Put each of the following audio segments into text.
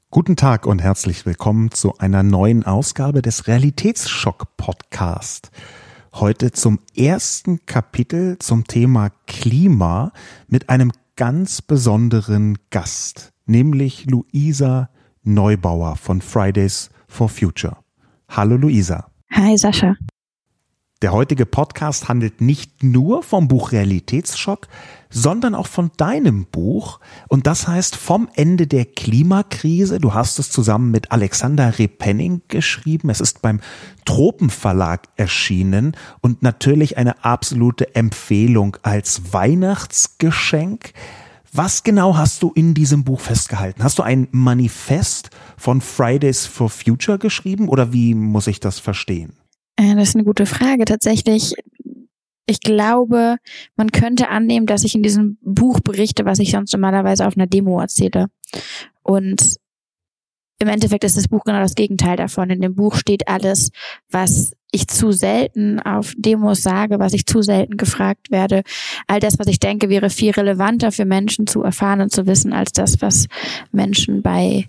Guten Tag und herzlich willkommen zu einer neuen Ausgabe des Realitätsschock-Podcast. Heute zum ersten Kapitel zum Thema Klima mit einem ganz besonderen Gast, nämlich Luisa Neubauer von Fridays for Future. Hallo Luisa. Hi Sascha. Der heutige Podcast handelt nicht nur vom Buch Realitätsschock, sondern auch von deinem Buch. Und das heißt Vom Ende der Klimakrise. Du hast es zusammen mit Alexander Repenning geschrieben. Es ist beim Tropenverlag erschienen und natürlich eine absolute Empfehlung als Weihnachtsgeschenk. Was genau hast du in diesem Buch festgehalten? Hast du ein Manifest von Fridays for Future geschrieben oder wie muss ich das verstehen? Das ist eine gute Frage. Tatsächlich, ich glaube, man könnte annehmen, dass ich in diesem Buch berichte, was ich sonst normalerweise auf einer Demo erzähle. Und im Endeffekt ist das Buch genau das Gegenteil davon. In dem Buch steht alles, was ich zu selten auf Demos sage, was ich zu selten gefragt werde. All das, was ich denke, wäre viel relevanter für Menschen zu erfahren und zu wissen, als das, was Menschen bei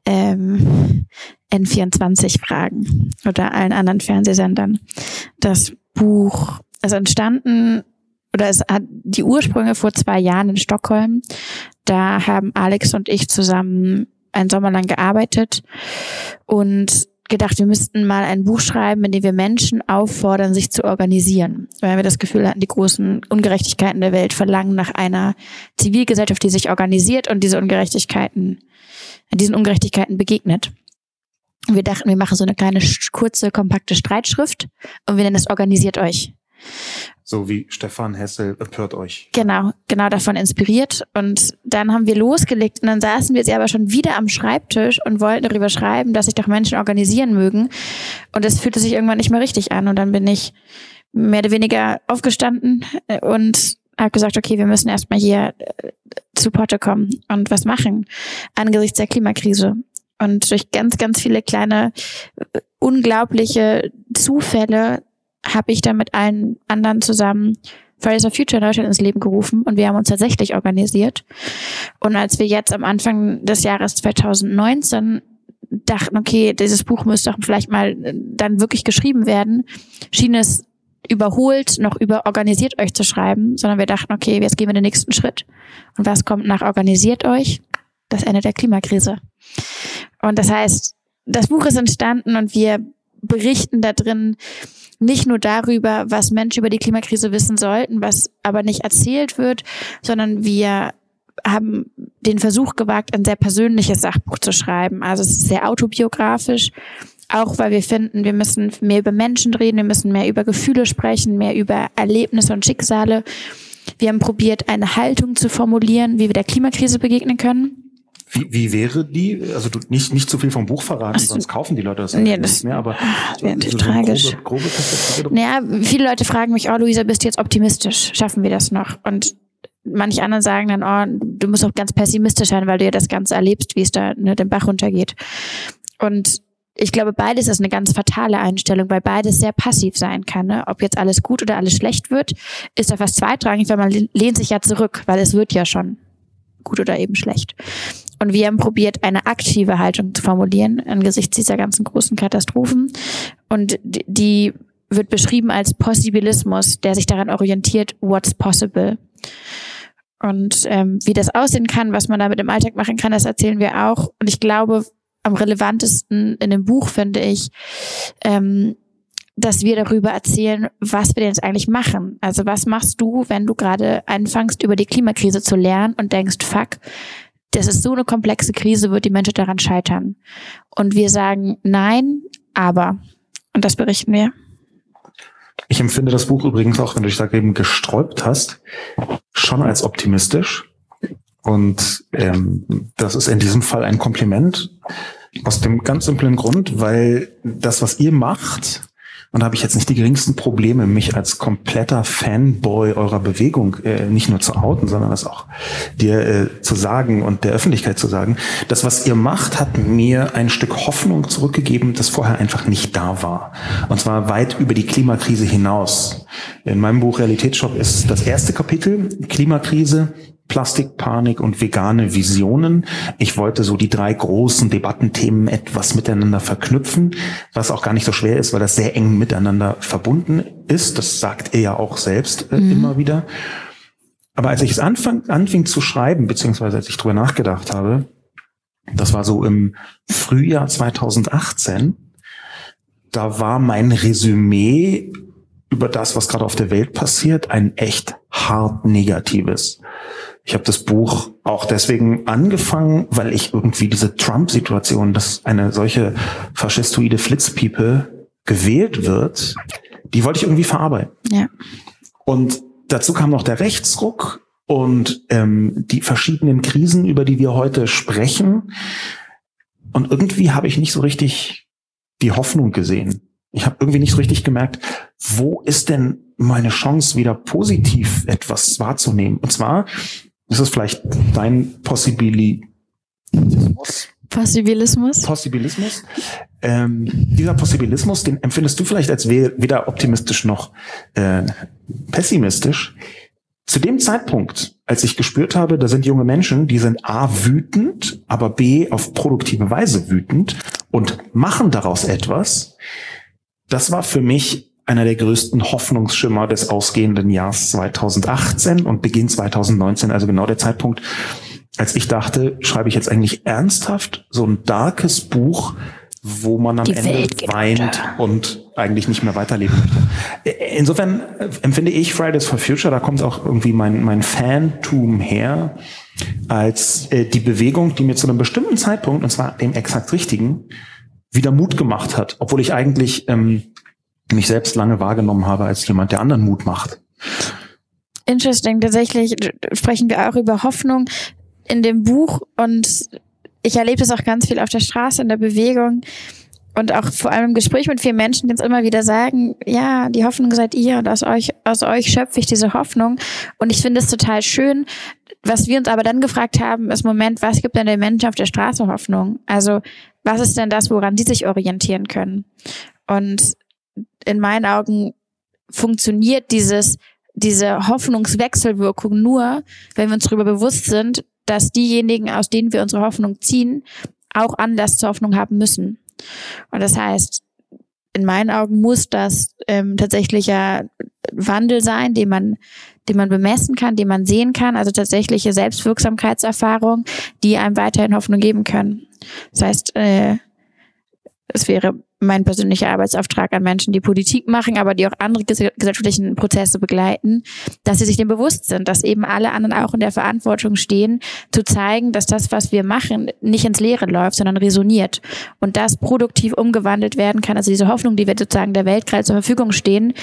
N24 fragen oder allen anderen Fernsehsendern. Das Buch ist entstanden, oder es hat die Ursprünge vor 2 Jahren in Stockholm. Da haben Alex und ich zusammen einen Sommer lang gearbeitet und gedacht, wir müssten mal ein Buch schreiben, in dem wir Menschen auffordern, sich zu organisieren. Weil wir das Gefühl hatten, die großen Ungerechtigkeiten der Welt verlangen nach einer Zivilgesellschaft, die sich organisiert und diesen Ungerechtigkeiten begegnet. Und wir dachten, wir machen so eine kleine, kurze, kompakte Streitschrift und wir nennen es Organisiert euch. So wie Stefan Hessel empört euch. Genau davon inspiriert. Und dann haben wir losgelegt und dann saßen wir jetzt aber schon wieder am Schreibtisch und wollten darüber schreiben, dass sich doch Menschen organisieren mögen. Und es fühlte sich irgendwann nicht mehr richtig an. Und dann bin ich mehr oder weniger aufgestanden und habe gesagt, okay, wir müssen erstmal hier zu Potte kommen und was machen angesichts der Klimakrise. Und durch ganz, ganz viele kleine, unglaubliche Zufälle habe ich dann mit allen anderen zusammen Fridays for Future in Deutschland ins Leben gerufen und wir haben uns tatsächlich organisiert. Und als wir jetzt am Anfang des Jahres 2019 dachten, okay, dieses Buch müsste doch vielleicht mal dann wirklich geschrieben werden, schien es überholt, noch über Organisiert euch zu schreiben, sondern wir dachten, okay, jetzt gehen wir den nächsten Schritt. Und was kommt nach Organisiert euch? Das Ende der Klimakrise. Und das heißt, das Buch ist entstanden und wir berichten da drin nicht nur darüber, was Menschen über die Klimakrise wissen sollten, was aber nicht erzählt wird, sondern wir haben den Versuch gewagt, ein sehr persönliches Sachbuch zu schreiben. Also es ist sehr autobiografisch, auch weil wir finden, wir müssen mehr über Menschen reden, wir müssen mehr über Gefühle sprechen, mehr über Erlebnisse und Schicksale. Wir haben probiert, eine Haltung zu formulieren, wie wir der Klimakrise begegnen können. Wie wäre die? Also du nicht zu viel vom Buch verraten, sonst kaufen die Leute das nicht mehr, aber so tragisch. Grobe Perspektive. Naja, viele Leute fragen mich, Luisa, bist du jetzt optimistisch? Schaffen wir das noch? Und manche anderen sagen dann, du musst auch ganz pessimistisch sein, weil du ja das Ganze erlebst, wie es da den Bach runtergeht. Und ich glaube, beides ist eine ganz fatale Einstellung, weil beides sehr passiv sein kann. Ne? Ob jetzt alles gut oder alles schlecht wird, ist ja fast zweitrangig, weil man lehnt sich ja zurück, weil es wird ja schon gut oder eben schlecht. Und wir haben probiert, eine aktive Haltung zu formulieren angesichts dieser ganzen großen Katastrophen. Und die wird beschrieben als Possibilismus, der sich daran orientiert, what's possible. Und wie das aussehen kann, was man damit im Alltag machen kann, das erzählen wir auch. Und ich glaube, am relevantesten in dem Buch finde ich, dass wir darüber erzählen, was wir denn jetzt eigentlich machen. Also was machst du, wenn du gerade anfängst, über die Klimakrise zu lernen und denkst, fuck, das ist so eine komplexe Krise, wird die Menschheit daran scheitern. Und wir sagen nein, aber. Und das berichten wir. Ich empfinde das Buch übrigens auch, wenn du dich da eben gesträubt hast, schon als optimistisch. Und das ist in diesem Fall ein Kompliment aus dem ganz simplen Grund, weil das, was ihr macht, und da habe ich jetzt nicht die geringsten Probleme, mich als kompletter Fanboy eurer Bewegung nicht nur zu outen, sondern das auch dir zu sagen und der Öffentlichkeit zu sagen. Das, was ihr macht, hat mir ein Stück Hoffnung zurückgegeben, das vorher einfach nicht da war. Und zwar weit über die Klimakrise hinaus. In meinem Buch Realitätsschock ist das erste Kapitel Klimakrise Plastikpanik und vegane Visionen. Ich wollte so die 3 großen Debattenthemen etwas miteinander verknüpfen, was auch gar nicht so schwer ist, weil das sehr eng miteinander verbunden ist. Das sagt er ja auch selbst immer wieder. Aber als ich es anfing zu schreiben, beziehungsweise als ich drüber nachgedacht habe, das war so im Frühjahr 2018, da war mein Resümee über das, was gerade auf der Welt passiert, ein echt hart negatives. Ich habe das Buch auch deswegen angefangen, weil ich irgendwie diese Trump-Situation, dass eine solche faschistoide Flitzpiepe gewählt wird, die wollte ich irgendwie verarbeiten. Ja. Und dazu kam noch der Rechtsruck und die verschiedenen Krisen, über die wir heute sprechen. Und irgendwie habe ich nicht so richtig die Hoffnung gesehen. Ich habe irgendwie nicht so richtig gemerkt, wo ist denn meine Chance, wieder positiv etwas wahrzunehmen? Und zwar ist es vielleicht dein Possibilismus. Dieser Possibilismus, den empfindest du vielleicht als weder optimistisch noch pessimistisch. Zu dem Zeitpunkt, als ich gespürt habe, da sind junge Menschen, die sind A, wütend, aber B, auf produktive Weise wütend und machen daraus etwas. Das war für mich einer der größten Hoffnungsschimmer des ausgehenden Jahres 2018 und Beginn 2019, also genau der Zeitpunkt, als ich dachte, schreibe ich jetzt eigentlich ernsthaft so ein darkes Buch, wo man am Ende weint und eigentlich nicht mehr weiterleben möchte. Insofern empfinde ich Fridays for Future, da kommt auch irgendwie mein Fantum her, als die Bewegung, die mir zu einem bestimmten Zeitpunkt, und zwar dem exakt richtigen, wieder Mut gemacht hat, obwohl ich eigentlich mich selbst lange wahrgenommen habe als jemand, der anderen Mut macht. Interesting. Tatsächlich sprechen wir auch über Hoffnung in dem Buch und ich erlebe das auch ganz viel auf der Straße, in der Bewegung und auch vor allem im Gespräch mit vielen Menschen, die uns immer wieder sagen, ja, die Hoffnung seid ihr und aus euch schöpfe ich diese Hoffnung. Und ich finde es total schön. Was wir uns aber dann gefragt haben, ist, Moment, was gibt denn den Menschen auf der Straße Hoffnung? Also was ist denn das, woran die sich orientieren können? Und in meinen Augen funktioniert diese Hoffnungswechselwirkung nur, wenn wir uns darüber bewusst sind, dass diejenigen, aus denen wir unsere Hoffnung ziehen, auch Anlass zur Hoffnung haben müssen. Und das heißt, in meinen Augen muss das tatsächlicher Wandel sein, den man bemessen kann, den man sehen kann, also tatsächliche Selbstwirksamkeitserfahrungen, die einem weiterhin Hoffnung geben können. Das heißt, es wäre mein persönlicher Arbeitsauftrag an Menschen, die Politik machen, aber die auch andere gesellschaftlichen Prozesse begleiten, dass sie sich dem bewusst sind, dass eben alle anderen auch in der Verantwortung stehen, zu zeigen, dass das, was wir machen, nicht ins Leere läuft, sondern resoniert und das produktiv umgewandelt werden kann. Also diese Hoffnung, die wir sozusagen der Welt gerade zur Verfügung stehen,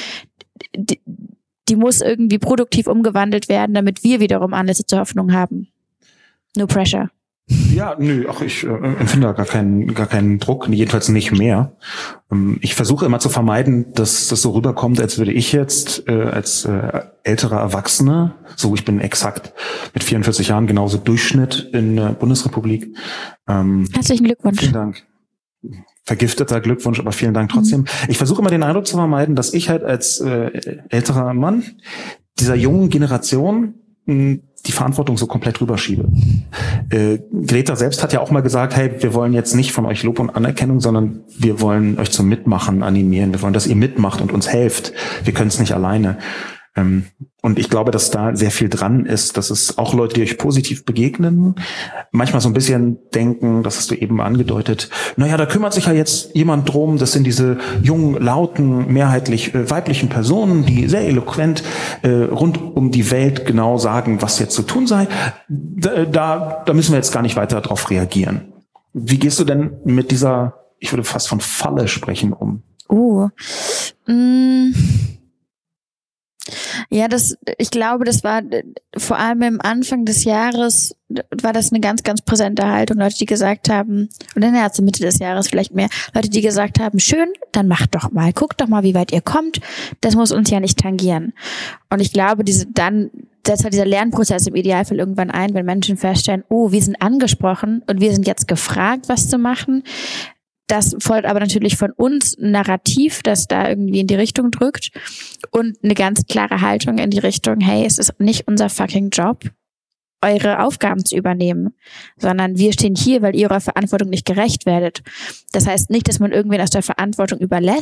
die muss irgendwie produktiv umgewandelt werden, damit wir wiederum Anlässe zur Hoffnung haben. No pressure. Ja, ich empfinde da gar keinen Druck, jedenfalls nicht mehr. Ich versuche immer zu vermeiden, dass das so rüberkommt, als würde ich jetzt als älterer Erwachsener, so ich bin exakt mit 44 Jahren genauso Durchschnitt in der Bundesrepublik. Herzlichen Glückwunsch. Vielen Dank. Vergifteter Glückwunsch, aber vielen Dank trotzdem. Ich versuche immer den Eindruck zu vermeiden, dass ich halt als älterer Mann dieser jungen Generation die Verantwortung so komplett rüberschiebe. Greta selbst hat ja auch mal gesagt, hey, wir wollen jetzt nicht von euch Lob und Anerkennung, sondern wir wollen euch zum Mitmachen animieren. Wir wollen, dass ihr mitmacht und uns helft. Wir können es nicht alleine. Und ich glaube, dass da sehr viel dran ist, dass es auch Leute, die euch positiv begegnen, manchmal so ein bisschen denken, das hast du eben angedeutet, naja, da kümmert sich ja jetzt jemand drum, das sind diese jungen, lauten, mehrheitlich weiblichen Personen, die sehr eloquent rund um die Welt genau sagen, was jetzt zu tun sei. Da müssen wir jetzt gar nicht weiter drauf reagieren. Wie gehst du denn mit dieser, ich würde fast von Falle sprechen, um? Ja, ich glaube, das war vor allem im Anfang des Jahres, war das eine ganz, ganz präsente Haltung. Leute, die gesagt haben, oder zur Mitte des Jahres vielleicht mehr, Leute, die gesagt haben, schön, dann macht doch mal, guckt doch mal, wie weit ihr kommt. Das muss uns ja nicht tangieren. Und ich glaube, dann setzt halt dieser Lernprozess im Idealfall irgendwann ein, wenn Menschen feststellen, oh, wir sind angesprochen und wir sind jetzt gefragt, was zu machen. Das folgt aber natürlich von uns ein Narrativ, das da irgendwie in die Richtung drückt und eine ganz klare Haltung in die Richtung, hey, es ist nicht unser fucking Job, eure Aufgaben zu übernehmen, sondern wir stehen hier, weil ihr eurer Verantwortung nicht gerecht werdet. Das heißt nicht, dass man irgendwen aus der Verantwortung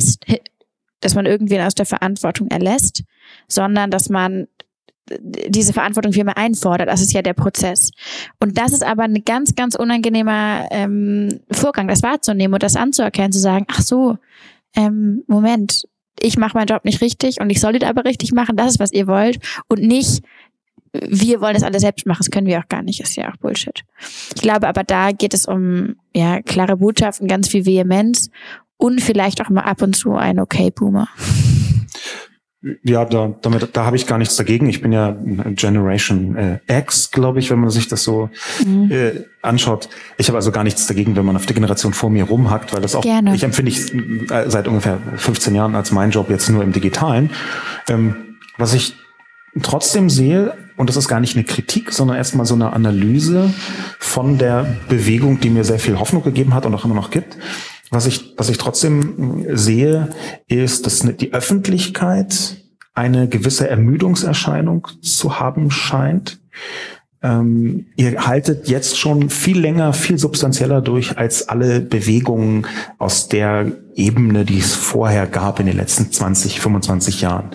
erlässt, sondern dass man diese Verantwortung vielmehr einfordert. Das ist ja der Prozess. Und das ist aber ein ganz, ganz unangenehmer Vorgang, das wahrzunehmen und das anzuerkennen, zu sagen, ach so, Moment, ich mache meinen Job nicht richtig und ich soll ihn aber richtig machen, das ist, was ihr wollt und nicht, wir wollen das alle selbst machen, das können wir auch gar nicht, ist ja auch Bullshit. Ich glaube aber, da geht es um klare Botschaften, ganz viel Vehemenz und vielleicht auch mal ab und zu ein Okay-Boomer. Ja, da habe ich gar nichts dagegen. Ich bin ja Generation X, glaube ich, wenn man sich das so anschaut. Ich habe also gar nichts dagegen, wenn man auf die Generation vor mir rumhackt, weil das auch, Gerne. Ich empfinde ich seit ungefähr 15 Jahren als mein Job jetzt nur im Digitalen. Was ich trotzdem sehe, und das ist gar nicht eine Kritik, sondern erstmal so eine Analyse von der Bewegung, die mir sehr viel Hoffnung gegeben hat und auch immer noch gibt. Was ich trotzdem sehe, ist, dass die Öffentlichkeit eine gewisse Ermüdungserscheinung zu haben scheint. Ihr haltet jetzt schon viel länger, viel substanzieller durch als alle Bewegungen aus der Ebene, die es vorher gab in den letzten 20, 25 Jahren.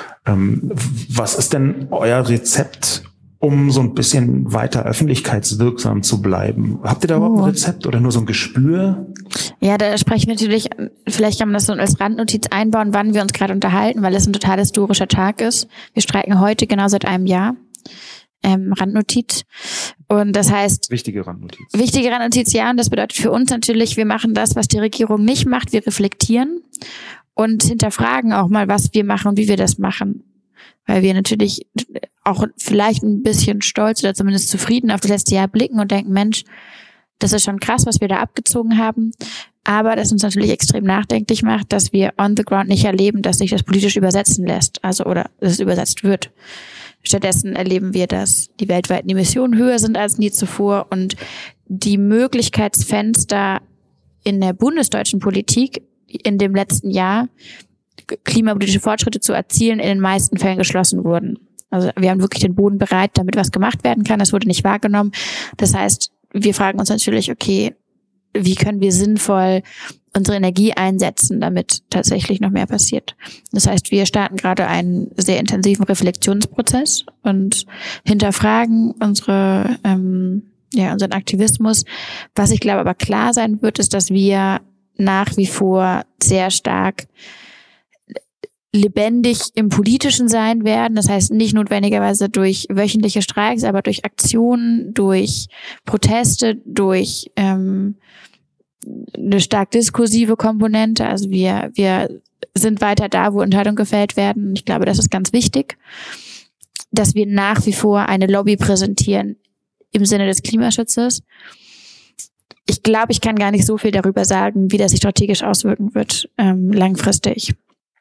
Was ist denn euer Rezept, um so ein bisschen weiter öffentlichkeitswirksam zu bleiben? Habt ihr da überhaupt ein Rezept oder nur so ein Gespür? Ja, da spreche ich natürlich, vielleicht kann man das so als Randnotiz einbauen, wann wir uns gerade unterhalten, weil es ein total historischer Tag ist. Wir streiken heute genau seit einem Jahr. Randnotiz. Und das heißt... Wichtige Randnotiz, ja. Und das bedeutet für uns natürlich, wir machen das, was die Regierung nicht macht. Wir reflektieren und hinterfragen auch mal, was wir machen und wie wir das machen. Weil wir natürlich auch vielleicht ein bisschen stolz oder zumindest zufrieden auf das letzte Jahr blicken und denken, Mensch, das ist schon krass, was wir da abgezogen haben. Aber das uns natürlich extrem nachdenklich macht, dass wir on the ground nicht erleben, dass sich das politisch übersetzen lässt. Also, oder dass es übersetzt wird. Stattdessen erleben wir, dass die weltweiten Emissionen höher sind als nie zuvor und die Möglichkeitsfenster in der bundesdeutschen Politik in dem letzten Jahr, klimapolitische Fortschritte zu erzielen, in den meisten Fällen geschlossen wurden. Also wir haben wirklich den Boden bereit, damit was gemacht werden kann. Das wurde nicht wahrgenommen. Das heißt, wir fragen uns natürlich, okay, wie können wir sinnvoll unsere Energie einsetzen, damit tatsächlich noch mehr passiert. Das heißt, wir starten gerade einen sehr intensiven Reflexionsprozess und hinterfragen unseren Aktivismus. Was ich glaube aber klar sein wird, ist, dass wir nach wie vor sehr stark lebendig im Politischen sein werden. Das heißt, nicht notwendigerweise durch wöchentliche Streiks, aber durch Aktionen, durch Proteste, durch eine stark diskursive Komponente. Also wir sind weiter da, wo Entscheidungen gefällt werden. Ich glaube, das ist ganz wichtig, dass wir nach wie vor eine Lobby präsentieren im Sinne des Klimaschutzes. Ich glaube, ich kann gar nicht so viel darüber sagen, wie das sich strategisch auswirken wird, langfristig.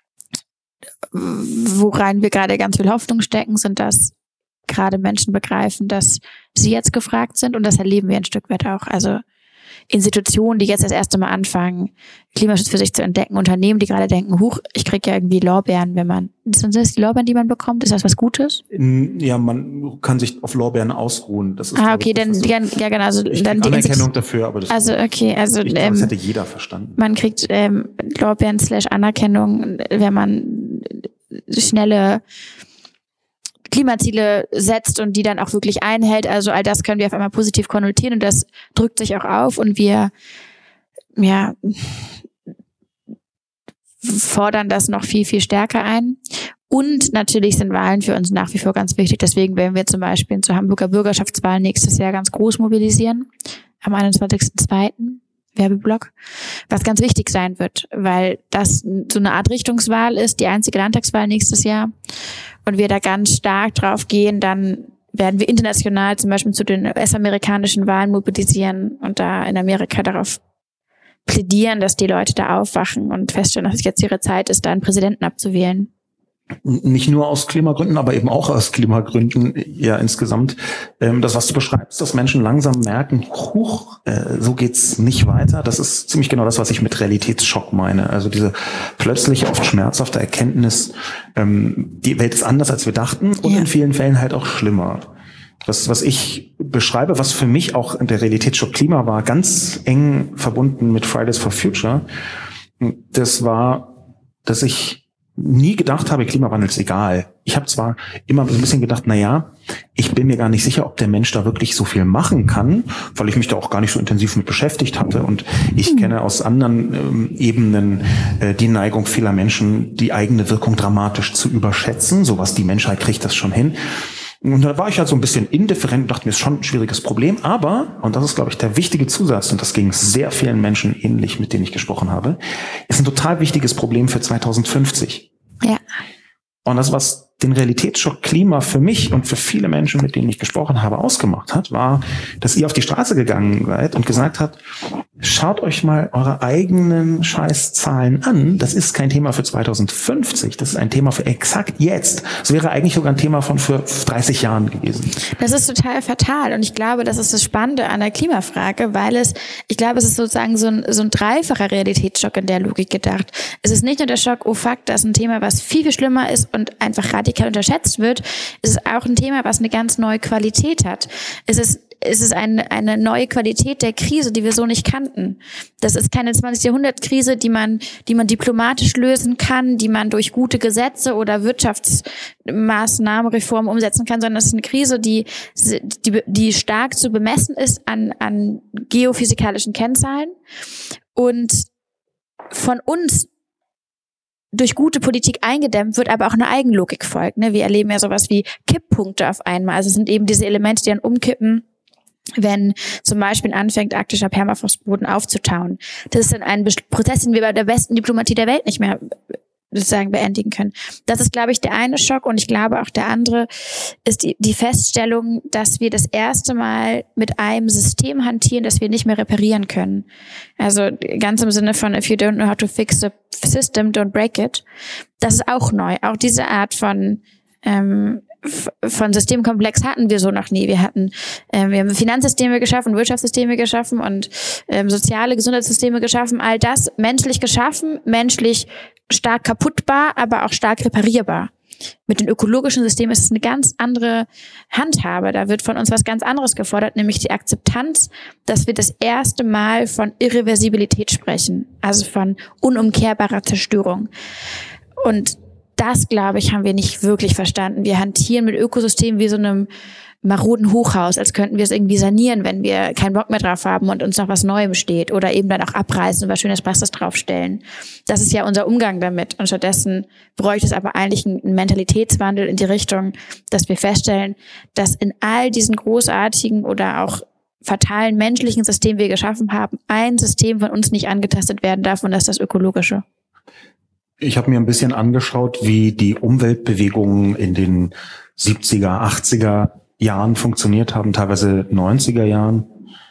Worein wir gerade ganz viel Hoffnung stecken, sind, dass gerade Menschen begreifen, dass sie jetzt gefragt sind und das erleben wir ein Stück weit auch. Also Institutionen, die jetzt das erste Mal anfangen, Klimaschutz für sich zu entdecken, Unternehmen, die gerade denken, huch, ich kriege ja irgendwie Lorbeeren, sind das die Lorbeeren, die man bekommt? Ist das was Gutes? Ja, man kann sich auf Lorbeeren ausruhen. Das ist, okay, genau. Also ich dann die Anerkennung dafür, aber das das hätte jeder verstanden. Man kriegt Lorbeeren / Anerkennung, wenn man schnelle Klimaziele setzt und die dann auch wirklich einhält. Also all das können wir auf einmal positiv konnotieren und das drückt sich auch auf und wir fordern das noch viel, viel stärker ein. Und natürlich sind Wahlen für uns nach wie vor ganz wichtig. Deswegen werden wir zum Beispiel zur Hamburger Bürgerschaftswahl nächstes Jahr ganz groß mobilisieren. Am 21.02. Werbeblock, was ganz wichtig sein wird, weil das so eine Art Richtungswahl ist, die einzige Landtagswahl nächstes Jahr. Und wir da ganz stark drauf gehen, dann werden wir international zum Beispiel zu den US-amerikanischen Wahlen mobilisieren und da in Amerika darauf plädieren, dass die Leute da aufwachen und feststellen, dass es jetzt ihre Zeit ist, da einen Präsidenten abzuwählen. Nicht nur aus Klimagründen, aber eben auch aus Klimagründen ja insgesamt. Das, was du beschreibst, dass Menschen langsam merken, so geht's nicht weiter. Das ist ziemlich genau das, was ich mit Realitätsschock meine. Also diese plötzlich oft schmerzhafte Erkenntnis, die Welt ist anders, als wir dachten und in vielen Fällen halt auch schlimmer. was ich beschreibe, was für mich auch in der Realitätsschock Klima war, ganz eng verbunden mit Fridays for Future, das war, dass ich nie gedacht habe, Klimawandel ist egal. Ich habe zwar immer so ein bisschen gedacht, ich bin mir gar nicht sicher, ob der Mensch da wirklich so viel machen kann, weil ich mich da auch gar nicht so intensiv mit beschäftigt hatte. Und ich kenne aus anderen Ebenen die Neigung vieler Menschen, die eigene Wirkung dramatisch zu überschätzen. Sowas, die Menschheit kriegt das schon hin. Und da war ich halt so ein bisschen indifferent und dachte mir, ist schon ein schwieriges Problem. Aber, und das ist, glaube ich, der wichtige Zusatz, und das ging sehr vielen Menschen ähnlich, mit denen ich gesprochen habe, ist ein total wichtiges Problem für 2050. Ja. Und das, was den Realitätsschock Klima für mich und für viele Menschen, mit denen ich gesprochen habe, ausgemacht hat, war, dass ihr auf die Straße gegangen seid und gesagt habt, schaut euch mal eure eigenen Scheißzahlen an. Das ist kein Thema für 2050. Das ist ein Thema für exakt jetzt. Das wäre eigentlich sogar ein Thema von für 30 Jahren gewesen. Das ist total fatal. Und ich glaube, das ist das Spannende an der Klimafrage, weil ich glaube, es ist sozusagen so ein dreifacher Realitätsschock in der Logik gedacht. Es ist nicht nur der Schock, oh fuck, das ist ein Thema, was viel, viel schlimmer ist und einfach radikal unterschätzt wird. Es ist auch ein Thema, was eine ganz neue Qualität hat. Es ist eine neue Qualität der Krise, die wir so nicht kannten. Das ist keine 20. Jahrhundert-Krise, die man diplomatisch lösen kann, die man durch gute Gesetze oder Wirtschaftsmaßnahmen, Reformen umsetzen kann, sondern es ist eine Krise, die stark zu bemessen ist an geophysikalischen Kennzahlen und von uns durch gute Politik eingedämmt wird, aber auch eine Eigenlogik folgt. Wir erleben ja sowas wie Kipppunkte auf einmal. Also es sind eben diese Elemente, die dann umkippen, wenn zum Beispiel anfängt, arktischer Permafrostboden aufzutauen. Das ist dann ein Prozess, den wir bei der besten Diplomatie der Welt nicht mehr sozusagen beendigen können. Das ist, glaube ich, der eine Schock, und ich glaube auch der andere ist die Feststellung, dass wir das erste Mal mit einem System hantieren, das wir nicht mehr reparieren können. Also ganz im Sinne von if you don't know how to fix a system, don't break it. Das ist auch neu. Auch diese Art von Systemkomplex hatten wir so noch nie. Wir haben Finanzsysteme geschaffen, Wirtschaftssysteme geschaffen und soziale Gesundheitssysteme geschaffen. All das menschlich geschaffen, menschlich stark kaputtbar, aber auch stark reparierbar. Mit den ökologischen Systemen ist es eine ganz andere Handhabe. Da wird von uns was ganz anderes gefordert, nämlich die Akzeptanz, dass wir das erste Mal von Irreversibilität sprechen, also von unumkehrbarer Zerstörung. Und das, glaube ich, haben wir nicht wirklich verstanden. Wir hantieren mit Ökosystemen wie so einem maroden Hochhaus, als könnten wir es irgendwie sanieren, wenn wir keinen Bock mehr drauf haben und uns noch was Neuem steht, oder eben dann auch abreißen und was schönes Plastik draufstellen. Das ist ja unser Umgang damit, und stattdessen bräuchte es aber eigentlich einen Mentalitätswandel in die Richtung, dass wir feststellen, dass in all diesen großartigen oder auch fatalen menschlichen Systemen, die wir geschaffen haben, ein System von uns nicht angetastet werden darf, und das ist das ökologische. Ich habe mir ein bisschen angeschaut, wie die Umweltbewegungen in den 70er, 80er Jahren funktioniert haben, teilweise 90er Jahren,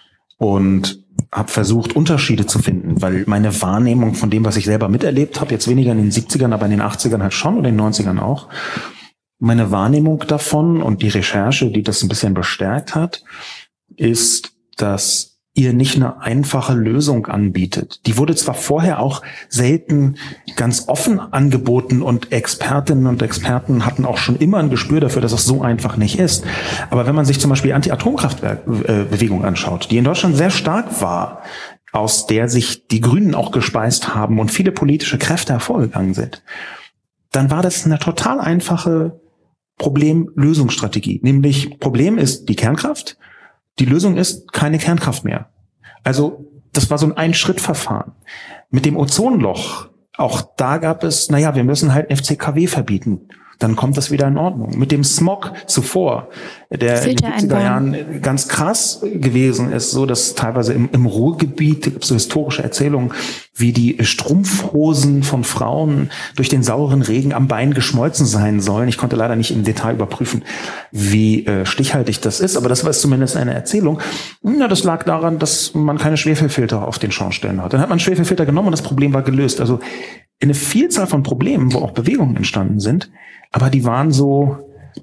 und habe versucht, Unterschiede zu finden, weil meine Wahrnehmung von dem, was ich selber miterlebt habe, jetzt weniger in den 70ern, aber in den 80ern halt schon und in den 90ern auch, meine Wahrnehmung davon und die Recherche, die das ein bisschen bestärkt hat, ist, dass ihr nicht eine einfache Lösung anbietet. Die wurde zwar vorher auch selten ganz offen angeboten, und Expertinnen und Experten hatten auch schon immer ein Gespür dafür, dass es so einfach nicht ist. Aber wenn man sich zum Beispiel die Anti-Atomkraftwerk-Bewegung anschaut, die in Deutschland sehr stark war, aus der sich die Grünen auch gespeist haben und viele politische Kräfte hervorgegangen sind, dann war das eine total einfache Problem-Lösungsstrategie. Nämlich, Problem ist die Kernkraft, die Lösung ist keine Kernkraft mehr. Also das war so ein Ein-Schritt-Verfahren. Mit dem Ozonloch, auch da gab es, wir müssen halt FCKW verbieten. Dann kommt das wieder in Ordnung. Mit dem Smog zuvor, der in den 70er Jahren ganz krass gewesen ist, so dass teilweise im Ruhrgebiet, gibt es so historische Erzählungen, wie die Strumpfhosen von Frauen durch den sauren Regen am Bein geschmolzen sein sollen. Ich konnte leider nicht im Detail überprüfen, wie stichhaltig das ist, aber das war zumindest eine Erzählung. Das lag daran, dass man keine Schwefelfilter auf den Schornsteinen hat. Dann hat man Schwefelfilter genommen und das Problem war gelöst. Also eine Vielzahl von Problemen, wo auch Bewegungen entstanden sind, aber die waren so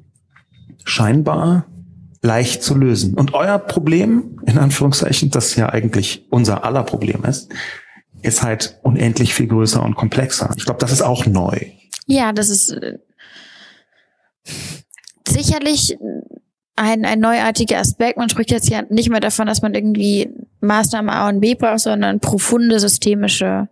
scheinbar leicht zu lösen. Und euer Problem, in Anführungszeichen, das ja eigentlich unser aller Problem ist halt unendlich viel größer und komplexer. Ich glaube, das ist auch neu. Ja, das ist sicherlich ein neuartiger Aspekt. Man spricht jetzt ja nicht mehr davon, dass man irgendwie Maßnahmen A und B braucht, sondern profunde systemische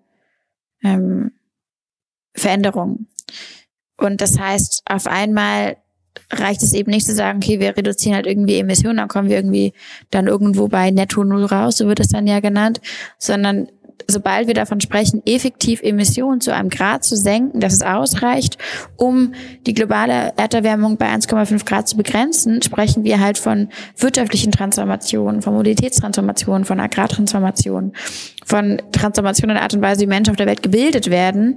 Veränderungen. Und das heißt, auf einmal reicht es eben nicht zu sagen, okay, wir reduzieren halt irgendwie Emissionen, dann kommen wir irgendwie dann irgendwo bei Netto Null raus, so wird es dann ja genannt, sondern sobald wir davon sprechen, effektiv Emissionen zu einem Grad zu senken, dass es ausreicht, um die globale Erderwärmung bei 1,5 Grad zu begrenzen, sprechen wir halt von wirtschaftlichen Transformationen, von Mobilitätstransformationen, von Agrartransformationen, von Transformationen in der Art und Weise, wie Menschen auf der Welt gebildet werden.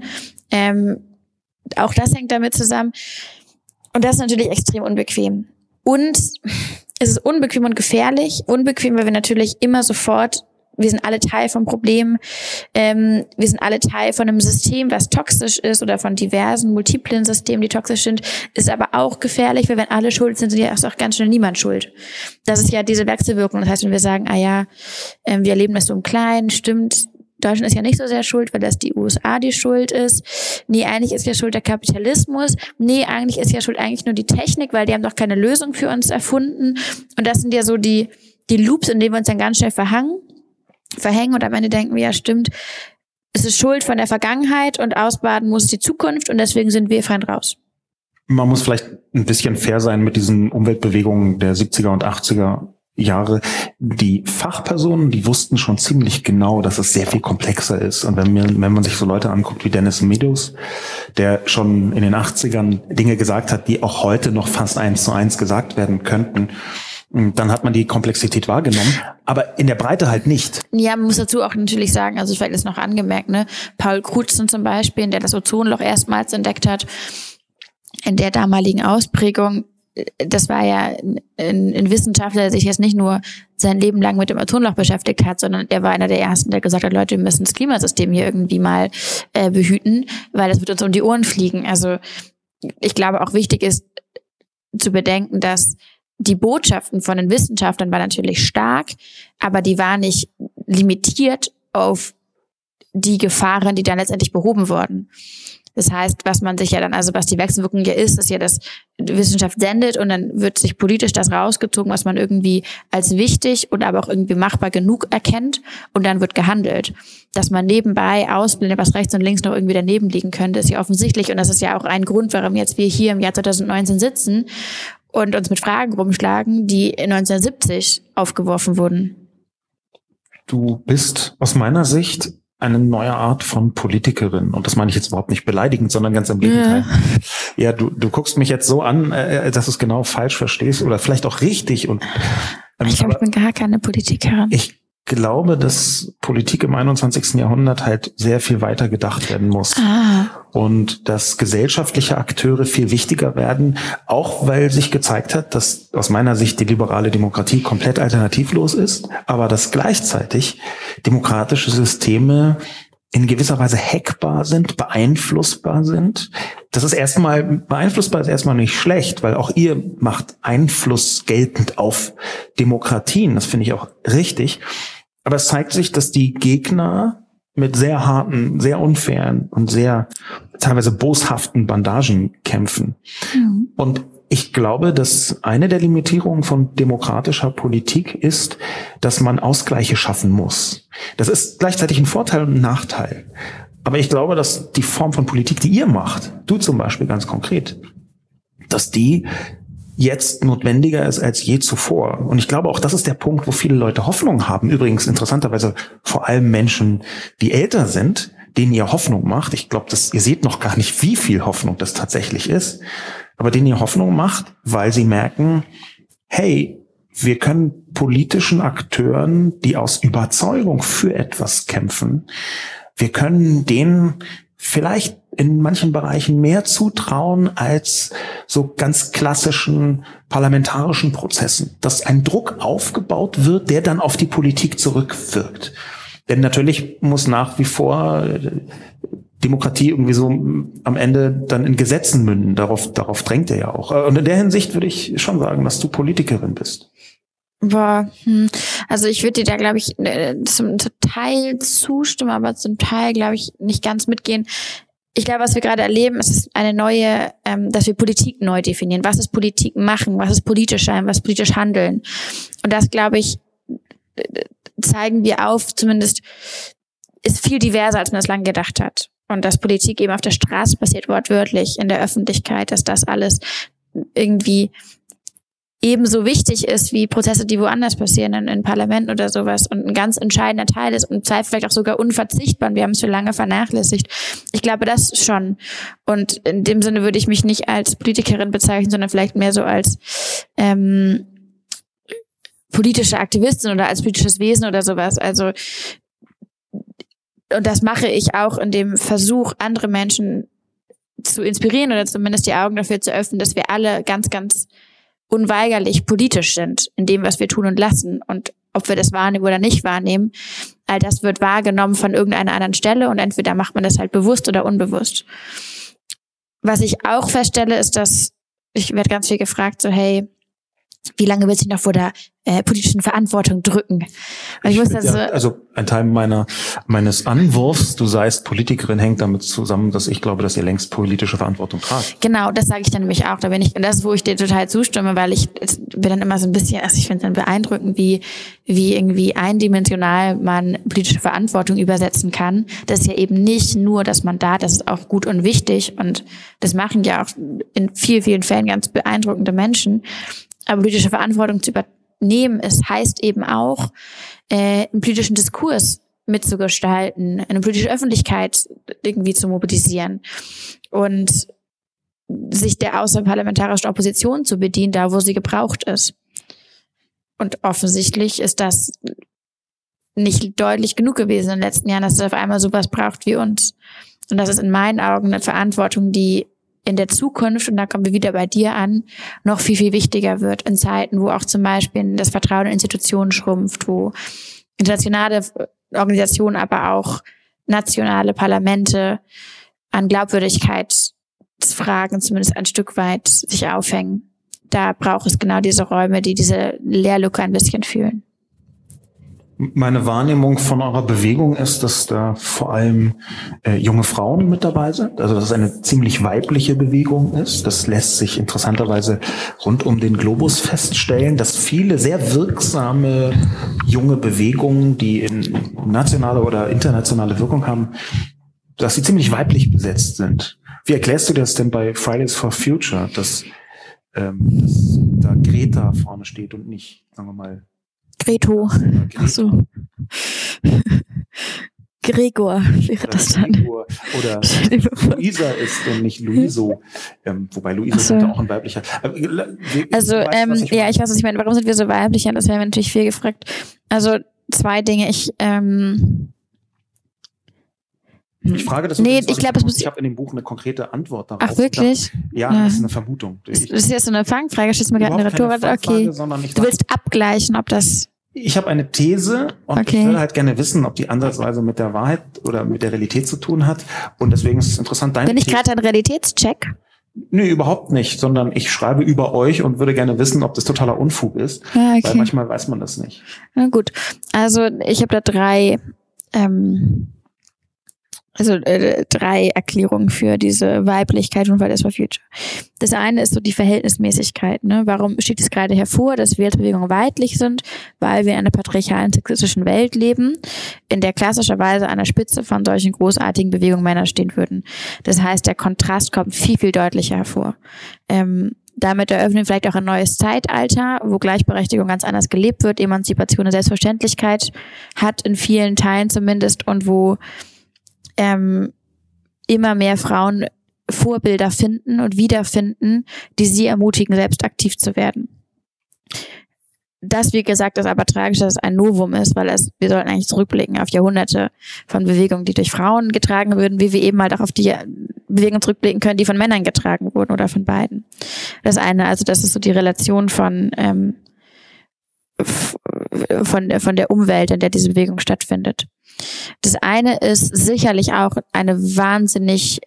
Auch das hängt damit zusammen. Und das ist natürlich extrem unbequem. Und es ist unbequem und gefährlich. Unbequem, weil wir natürlich immer sofort, wir sind alle Teil vom Problem, wir sind alle Teil von einem System, was toxisch ist oder von diversen, multiplen Systemen, die toxisch sind, ist aber auch gefährlich, weil wenn alle schuld sind, ist auch ganz schnell niemand schuld. Das ist ja diese Wechselwirkung. Das heißt, wenn wir sagen, wir erleben das so im Kleinen, stimmt, Deutschland ist ja nicht so sehr schuld, weil das die USA die Schuld ist. Nee, eigentlich ist ja schuld der Kapitalismus. Nee, eigentlich ist ja schuld eigentlich nur die Technik, weil die haben doch keine Lösung für uns erfunden. Und das sind ja so die Loops, in denen wir uns dann ganz schnell verhängen und am Ende denken wir, ja stimmt, es ist Schuld von der Vergangenheit und ausbaden muss die Zukunft und deswegen sind wir fein raus. Man muss vielleicht ein bisschen fair sein mit diesen Umweltbewegungen der 70er und 80er Jahre. Die Fachpersonen, die wussten schon ziemlich genau, dass es sehr viel komplexer ist. Und wenn man sich so Leute anguckt wie Dennis Meadows, der schon in den 80ern Dinge gesagt hat, die auch heute noch fast 1:1 gesagt werden könnten, dann hat man die Komplexität wahrgenommen, aber in der Breite halt nicht. Ja, man muss dazu auch natürlich sagen, also vielleicht ist noch angemerkt, ne, Paul Crutzen zum Beispiel, der das Ozonloch erstmals entdeckt hat, in der damaligen Ausprägung, das war ja ein Wissenschaftler, der sich jetzt nicht nur sein Leben lang mit dem Ozonloch beschäftigt hat, sondern er war einer der Ersten, der gesagt hat, Leute, wir müssen das Klimasystem hier irgendwie mal behüten, weil das wird uns um die Ohren fliegen. Also ich glaube auch wichtig ist zu bedenken, dass die Botschaften von den Wissenschaftlern waren natürlich stark, aber die waren nicht limitiert auf die Gefahren, die dann letztendlich behoben wurden. Das heißt, was man sich ja dann, also was die Wechselwirkung ja ist ja, dass die Wissenschaft sendet und dann wird sich politisch das rausgezogen, was man irgendwie als wichtig und aber auch irgendwie machbar genug erkennt und dann wird gehandelt. Dass man nebenbei ausblendet, was rechts und links noch irgendwie daneben liegen könnte, ist ja offensichtlich und das ist ja auch ein Grund, warum jetzt wir hier im Jahr 2019 sitzen und uns mit Fragen rumschlagen, die 1970 aufgeworfen wurden. Du bist aus meiner Sicht eine neue Art von Politikerin. Und das meine ich jetzt überhaupt nicht beleidigend, sondern ganz im Gegenteil. Ja, du guckst mich jetzt so an, dass du es genau falsch verstehst oder vielleicht auch richtig. Und ich glaube, ich bin gar keine Politikerin. Ich glaube, dass Politik im 21. Jahrhundert halt sehr viel weiter gedacht werden muss. Und dass gesellschaftliche Akteure viel wichtiger werden, auch weil sich gezeigt hat, dass aus meiner Sicht die liberale Demokratie komplett alternativlos ist, aber dass gleichzeitig demokratische Systeme in gewisser Weise hackbar sind, beeinflussbar sind. Das ist erstmal, beeinflussbar ist erstmal nicht schlecht, weil auch ihr macht Einfluss geltend auf Demokratien. Das finde ich auch richtig. Aber es zeigt sich, dass die Gegner mit sehr harten, sehr unfairen und sehr teilweise boshaften Bandagen kämpfen. Mhm. Und ich glaube, dass eine der Limitierungen von demokratischer Politik ist, dass man Ausgleiche schaffen muss. Das ist gleichzeitig ein Vorteil und ein Nachteil. Aber ich glaube, dass die Form von Politik, die ihr macht, du zum Beispiel ganz konkret, dass die jetzt notwendiger ist als je zuvor. Und ich glaube auch, das ist der Punkt, wo viele Leute Hoffnung haben. Übrigens interessanterweise vor allem Menschen, die älter sind, denen ihr Hoffnung macht. Ich glaube, ihr seht noch gar nicht, wie viel Hoffnung das tatsächlich ist. Aber denen ihr Hoffnung macht, weil sie merken, hey, wir können politischen Akteuren, die aus Überzeugung für etwas kämpfen, wir können denen vielleicht in manchen Bereichen mehr zutrauen als so ganz klassischen parlamentarischen Prozessen, dass ein Druck aufgebaut wird, der dann auf die Politik zurückwirkt. Denn natürlich muss nach wie vor Demokratie irgendwie so am Ende dann in Gesetzen münden. Darauf drängt er ja auch. Und in der Hinsicht würde ich schon sagen, dass du Politikerin bist. Boah, also ich würde dir da, glaube ich, zum Teil zustimmen, aber zum Teil, glaube ich, nicht ganz mitgehen. Ich glaube, was wir gerade erleben, ist eine neue, dass wir Politik neu definieren. Was ist Politik machen? Was ist politisch sein? Was ist politisch handeln? Und das, glaube ich, zeigen wir auf, zumindest ist viel diverser, als man es lange gedacht hat. Und dass Politik eben auf der Straße passiert, wortwörtlich, in der Öffentlichkeit, dass das alles irgendwie ebenso wichtig ist wie Prozesse, die woanders passieren, in Parlamenten oder sowas, und ein ganz entscheidender Teil ist und Zeit vielleicht auch sogar unverzichtbar. Und wir haben es für lange vernachlässigt. Ich glaube, das schon. Und in dem Sinne würde ich mich nicht als Politikerin bezeichnen, sondern vielleicht mehr so als politische Aktivistin oder als politisches Wesen oder sowas. Also, und das mache ich auch in dem Versuch, andere Menschen zu inspirieren oder zumindest die Augen dafür zu öffnen, dass wir alle ganz, ganz unweigerlich politisch sind in dem, was wir tun und lassen. Und ob wir das wahrnehmen oder nicht wahrnehmen, all das wird wahrgenommen von irgendeiner anderen Stelle und entweder macht man das halt bewusst oder unbewusst. Was ich auch feststelle, ist, dass ich werde ganz viel gefragt, so hey, wie lange willst du noch vor der politischen Verantwortung drücken? Und ich muss also ein Teil meines Anwurfs, du seist Politikerin, hängt damit zusammen, dass ich glaube, dass ihr längst politische Verantwortung tragt. Genau, das sage ich dann nämlich auch. Und das ist, wo ich dir total zustimme, weil ich bin dann immer so ein bisschen, also ich finde es dann beeindruckend, wie irgendwie eindimensional man politische Verantwortung übersetzen kann. Das ist ja eben nicht nur das Mandat, das ist auch gut und wichtig und das machen ja auch in vielen, vielen Fällen ganz beeindruckende Menschen. Aber politische Verantwortung zu übernehmen, es heißt eben auch, einen politischen Diskurs mitzugestalten, eine politische Öffentlichkeit irgendwie zu mobilisieren und sich der außerparlamentarischen Opposition zu bedienen, da wo sie gebraucht ist. Und offensichtlich ist das nicht deutlich genug gewesen in den letzten Jahren, dass es auf einmal sowas braucht wie uns. Und das ist in meinen Augen eine Verantwortung, die in der Zukunft, und da kommen wir wieder bei dir an, noch viel, viel wichtiger wird in Zeiten, wo auch zum Beispiel das Vertrauen in Institutionen schrumpft, wo internationale Organisationen, aber auch nationale Parlamente an Glaubwürdigkeitsfragen zumindest ein Stück weit sich aufhängen. Da braucht es genau diese Räume, die diese Leerlücke ein bisschen fühlen. Meine Wahrnehmung von eurer Bewegung ist, dass da vor allem junge Frauen mit dabei sind. Also dass es eine ziemlich weibliche Bewegung ist. Das lässt sich interessanterweise rund um den Globus feststellen, dass viele sehr wirksame junge Bewegungen, die in nationale oder internationale Wirkung haben, dass sie ziemlich weiblich besetzt sind. Wie erklärst du das denn bei Fridays for Future, dass da Greta vorne steht und nicht, sagen wir mal, Greto. Ach so. Gregor wäre das dann. Gregor. Oder Luisa ist und nicht Luiso. Wobei Luisa könnte auch ein weiblicher. Also, ich weiß, was ich meine. Warum sind wir so weiblich? Ja, das wäre mir natürlich viel gefragt. Also, zwei Dinge. Ich frage das. Nee, ich glaube, ich habe in dem Buch eine konkrete Antwort darauf. Ach, wirklich? Ja, das ist eine Vermutung. Das ist jetzt so eine Fangfrage. Stellst du mir gerade eine Rhetorik? Okay. Du willst abgleichen, ob das... Ich habe eine These und ich will halt gerne wissen, ob die ansatzweise mit der Wahrheit oder mit der Realität zu tun hat. Und deswegen ist es interessant, Bin ich gerade ein Realitätscheck? Nee, überhaupt nicht, sondern ich schreibe über euch und würde gerne wissen, ob das totaler Unfug ist. Ja, okay. Weil manchmal weiß man das nicht. Na gut. Also ich habe da drei Erklärungen für diese Weiblichkeit von Fridays for Future. Das eine ist so die Verhältnismäßigkeit. Ne? Warum steht es gerade hervor, dass wir als Bewegung weiblich sind? Weil wir in einer patriarchalen, sexistischen Welt leben, in der klassischerweise an der Spitze von solchen großartigen Bewegungen Männer stehen würden. Das heißt, der Kontrast kommt viel, viel deutlicher hervor. Damit eröffnen wir vielleicht auch ein neues Zeitalter, wo Gleichberechtigung ganz anders gelebt wird, Emanzipation eine Selbstverständlichkeit hat, in vielen Teilen zumindest, und wo immer mehr Frauen Vorbilder finden und wiederfinden, die sie ermutigen, selbst aktiv zu werden. Das, wie gesagt, ist aber tragisch, dass es ein Novum ist, weil wir sollten eigentlich zurückblicken auf Jahrhunderte von Bewegungen, die durch Frauen getragen würden, wie wir eben halt auch auf die Bewegungen zurückblicken können, die von Männern getragen wurden oder von beiden. Das eine, also das ist so die Relation von der Umwelt, in der diese Bewegung stattfindet. Das eine ist sicherlich auch eine wahnsinnig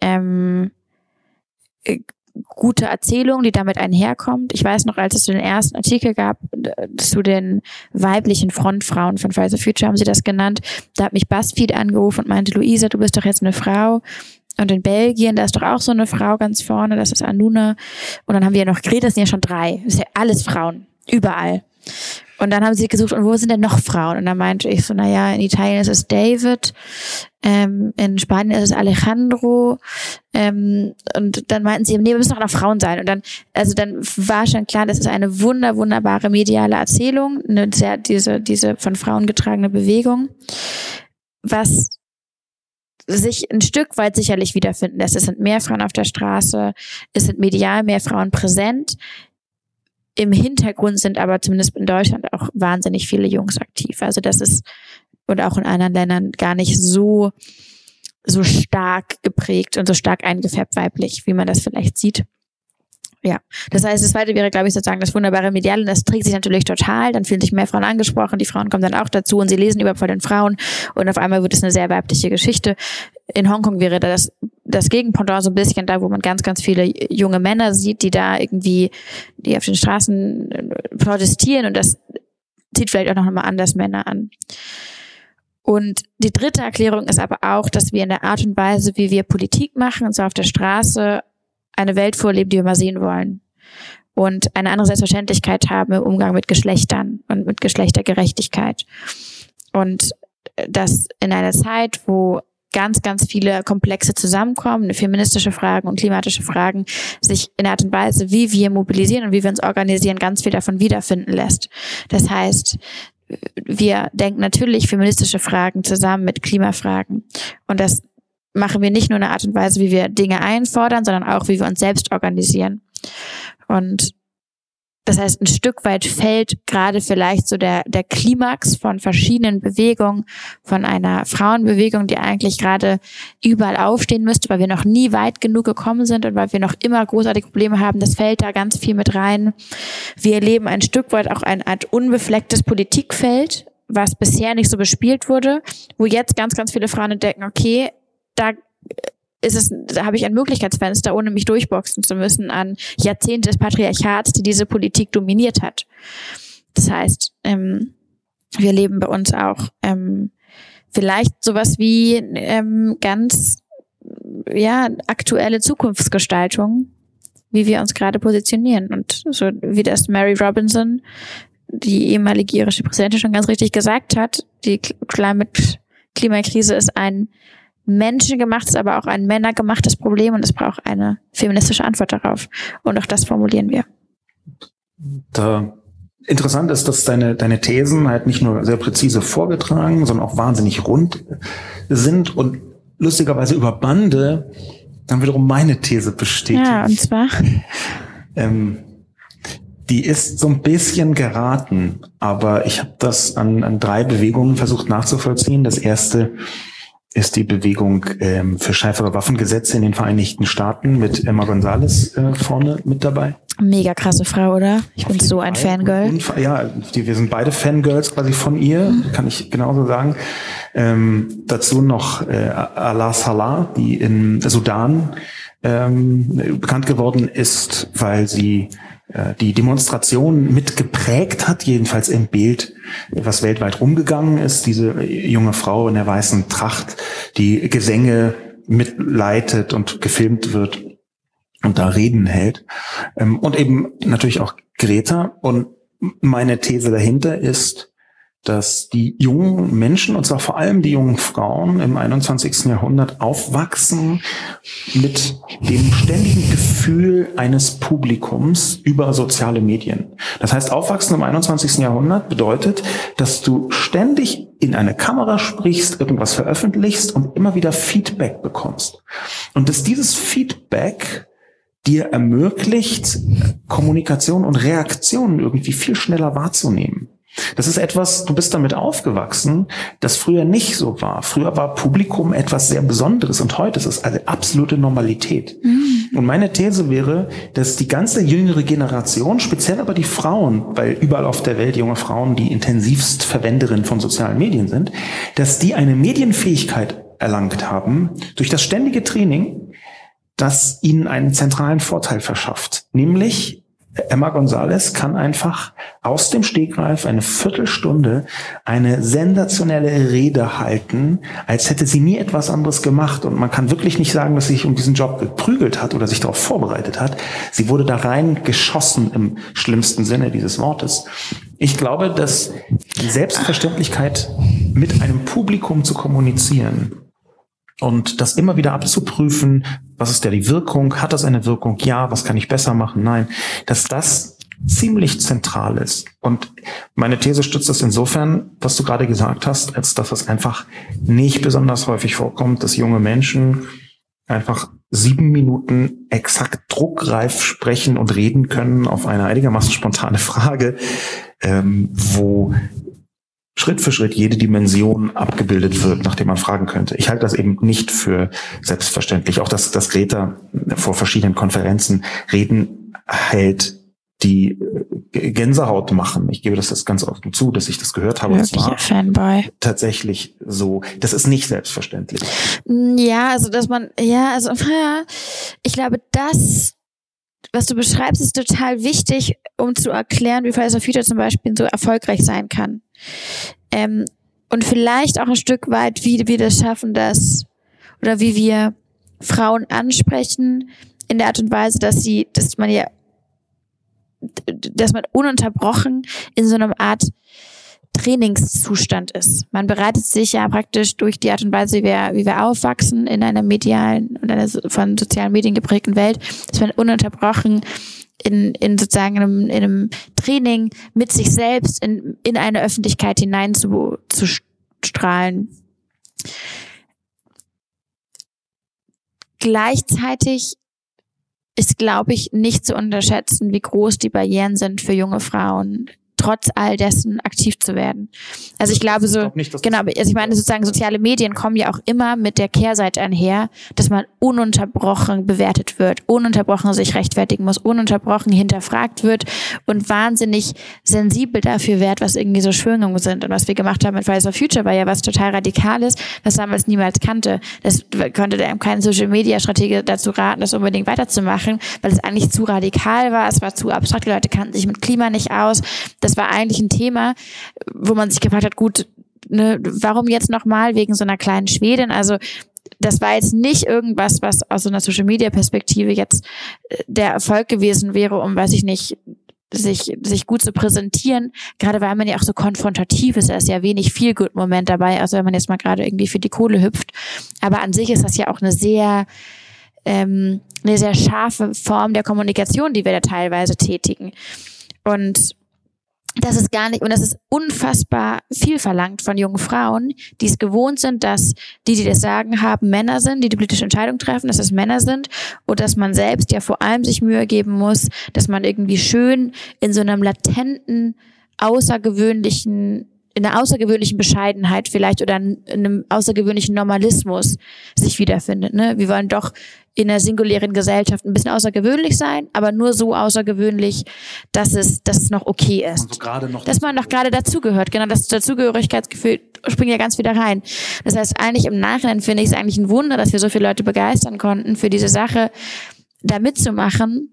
gute Erzählung, die damit einherkommt. Ich weiß noch, als es so den ersten Artikel gab zu den weiblichen Frontfrauen von Fridays for Future, haben sie das genannt. Da hat mich BuzzFeed angerufen und meinte, Luisa, du bist doch jetzt eine Frau. Und in Belgien, da ist doch auch so eine Frau ganz vorne, das ist Anuna. Und dann haben wir ja noch Greta, das sind ja schon 3. Das ist ja alles Frauen, überall. Und dann haben sie gesucht, und wo sind denn noch Frauen? Und dann meinte ich so, naja, in Italien ist es David, in Spanien ist es Alejandro, und dann meinten sie, nee, wir müssen auch noch Frauen sein. Und dann war schon klar, das ist eine wunderbare mediale Erzählung, diese von Frauen getragene Bewegung, was sich ein Stück weit sicherlich wiederfinden lässt. Es sind mehr Frauen auf der Straße, es sind medial mehr Frauen präsent. Im Hintergrund sind aber zumindest in Deutschland auch wahnsinnig viele Jungs aktiv. Also das ist, und auch in anderen Ländern, gar nicht so stark geprägt und so stark eingefärbt weiblich, wie man das vielleicht sieht. Ja, das heißt, das zweite wäre, glaube ich, sozusagen das wunderbare Mediale, und das trägt sich natürlich total, dann fühlen sich mehr Frauen angesprochen, die Frauen kommen dann auch dazu und sie lesen überhaupt von den Frauen und auf einmal wird es eine sehr weibliche Geschichte. In Hongkong wäre das Gegenpendant so ein bisschen da, wo man ganz, ganz viele junge Männer sieht, die da irgendwie, die auf den Straßen protestieren, und das zieht vielleicht auch noch mal anders Männer an. Und die dritte Erklärung ist aber auch, dass wir in der Art und Weise, wie wir Politik machen, und zwar auf der Straße, eine Welt vorleben, die wir mal sehen wollen. Und eine andere Selbstverständlichkeit haben im Umgang mit Geschlechtern und mit Geschlechtergerechtigkeit. Und das in einer Zeit, wo ganz, ganz viele Komplexe zusammenkommen, feministische Fragen und klimatische Fragen, sich in der Art und Weise, wie wir mobilisieren und wie wir uns organisieren, ganz viel davon wiederfinden lässt. Das heißt, wir denken natürlich feministische Fragen zusammen mit Klimafragen. Und das machen wir nicht nur in der Art und Weise, wie wir Dinge einfordern, sondern auch, wie wir uns selbst organisieren. Und das heißt, ein Stück weit fällt gerade vielleicht so der Klimax von verschiedenen Bewegungen, von einer Frauenbewegung, die eigentlich gerade überall aufstehen müsste, weil wir noch nie weit genug gekommen sind und weil wir noch immer großartige Probleme haben. Das fällt da ganz viel mit rein. Wir erleben ein Stück weit auch eine Art unbeflecktes Politikfeld, was bisher nicht so bespielt wurde, wo jetzt ganz, ganz viele Frauen entdecken, okay, da habe ich ein Möglichkeitsfenster, ohne mich durchboxen zu müssen an Jahrzehnte des Patriarchats, die diese Politik dominiert hat. Das heißt, wir leben bei uns auch vielleicht sowas wie ganz aktuelle Zukunftsgestaltung, wie wir uns gerade positionieren. Und so wie das Mary Robinson, die ehemalige irische Präsidentin, schon ganz richtig gesagt hat, die Klimakrise ist ein menschengemachtes, aber auch ein männergemachtes Problem, und es braucht eine feministische Antwort darauf. Und auch das formulieren wir. Interessant ist, dass deine Thesen halt nicht nur sehr präzise vorgetragen, sondern auch wahnsinnig rund sind und lustigerweise über Bande dann wiederum meine These bestätigt. Ja, und zwar? Die ist so ein bisschen geraten, aber ich habe das an 3 Bewegungen versucht nachzuvollziehen. Das erste ist die Bewegung für schärfere Waffengesetze in den Vereinigten Staaten mit Emma Gonzalez vorne mit dabei. Mega krasse Frau, oder? Ich bin so ein Fangirl. Ja, wir sind beide Fangirls quasi von ihr, kann ich genauso sagen. Dazu noch Alaa Salah, die in Sudan bekannt geworden ist, weil sie die Demonstration mitgeprägt hat, jedenfalls im Bild, was weltweit rumgegangen ist. Diese junge Frau in der weißen Tracht, die Gesänge mitleitet und gefilmt wird und da Reden hält. Und eben natürlich auch Greta. Und meine These dahinter ist, dass die jungen Menschen, und zwar vor allem die jungen Frauen im 21. Jahrhundert aufwachsen mit dem ständigen Gefühl eines Publikums über soziale Medien. Das heißt, aufwachsen im 21. Jahrhundert bedeutet, dass du ständig in eine Kamera sprichst, irgendwas veröffentlichst und immer wieder Feedback bekommst. Und dass dieses Feedback dir ermöglicht, Kommunikation und Reaktionen irgendwie viel schneller wahrzunehmen. Das ist etwas, du bist damit aufgewachsen, das früher nicht so war. Früher war Publikum etwas sehr Besonderes und heute ist es eine absolute Normalität. Und meine These wäre, dass die ganze jüngere Generation, speziell aber die Frauen, weil überall auf der Welt junge Frauen die intensivst Verwenderinnen von sozialen Medien sind, dass die eine Medienfähigkeit erlangt haben durch das ständige Training, das ihnen einen zentralen Vorteil verschafft, nämlich Emma Gonzalez kann einfach aus dem Stegreif eine Viertelstunde eine sensationelle Rede halten, als hätte sie nie etwas anderes gemacht. Und man kann wirklich nicht sagen, dass sie sich um diesen Job geprügelt hat oder sich darauf vorbereitet hat. Sie wurde da rein geschossen im schlimmsten Sinne dieses Wortes. Ich glaube, dass die Selbstverständlichkeit, mit einem Publikum zu kommunizieren und das immer wieder abzuprüfen, was ist die Wirkung, hat das eine Wirkung, ja, was kann ich besser machen, nein, dass das ziemlich zentral ist. Und meine These stützt das insofern, was du gerade gesagt hast, als dass es einfach nicht besonders häufig vorkommt, dass junge Menschen einfach 7 Minuten exakt druckreif sprechen und reden können auf eine einigermaßen spontane Frage, wo Schritt für Schritt jede Dimension abgebildet wird, nach der man fragen könnte. Ich halte das eben nicht für selbstverständlich. Auch dass Greta vor verschiedenen Konferenzen Reden hält, die Gänsehaut machen. Ich gebe das jetzt ganz offen zu, dass ich das gehört habe. Wirklich ein Fanboy. Tatsächlich so. Das ist nicht selbstverständlich. Ja, also ich glaube, das, was du beschreibst, ist total wichtig, um zu erklären, wie Fridays for Future zum Beispiel so erfolgreich sein kann. Und vielleicht auch ein Stück weit, wie wir das schaffen, wie wir Frauen ansprechen, in der Art und Weise, dass man ununterbrochen in so einer Art Trainingszustand ist. Man bereitet sich ja praktisch durch die Art und Weise, wie wir aufwachsen in einer medialen und einer von sozialen Medien geprägten Welt, dass man ununterbrochen in einem Training mit sich selbst in eine Öffentlichkeit hinein zu strahlen. Gleichzeitig ist, glaube ich, nicht zu unterschätzen, wie groß die Barrieren sind für junge Frauen, trotz all dessen aktiv zu werden. Also ich glaube ich meine sozusagen, soziale Medien kommen ja auch immer mit der Kehrseite einher, dass man ununterbrochen bewertet wird, ununterbrochen sich rechtfertigen muss, ununterbrochen hinterfragt wird und wahnsinnig sensibel dafür wird, was irgendwie so Schwingungen sind. Und was wir gemacht haben mit Fridays for Future war ja was total Radikales, was damals niemals kannte. Das konnte kein Social-Media-Stratege dazu raten, das unbedingt weiterzumachen, weil es eigentlich zu radikal war, es war zu abstrakt, die Leute kannten sich mit Klima nicht aus. Das war eigentlich ein Thema, wo man sich gefragt hat, gut, ne, warum jetzt nochmal wegen so einer kleinen Schwedin? Also das war jetzt nicht irgendwas, was aus so einer Social-Media-Perspektive jetzt der Erfolg gewesen wäre, um, weiß ich nicht, sich gut zu präsentieren, gerade weil man ja auch so konfrontativ ist, da ist ja wenig Feel-Good-Moment dabei, also wenn man jetzt mal gerade irgendwie für die Kohle hüpft. Aber an sich ist das ja auch eine sehr scharfe Form der Kommunikation, die wir da teilweise tätigen. Und das ist unfassbar viel verlangt von jungen Frauen, die es gewohnt sind, dass die das Sagen haben, Männer sind, die politische Entscheidungen treffen, dass das Männer sind und dass man selbst ja vor allem sich Mühe geben muss, dass man irgendwie schön in so einem latenten, in einer außergewöhnlichen Bescheidenheit vielleicht oder in einem außergewöhnlichen Normalismus sich wiederfindet. Ne? Wir wollen doch in einer singulären Gesellschaft ein bisschen außergewöhnlich sein, aber nur so außergewöhnlich, dass es noch okay ist. Dass man noch gerade dazugehört. Genau, das Dazugehörigkeitsgefühl springt ja ganz wieder rein. Das heißt, eigentlich im Nachhinein finde ich es eigentlich ein Wunder, dass wir so viele Leute begeistern konnten, für diese Sache da mitzumachen,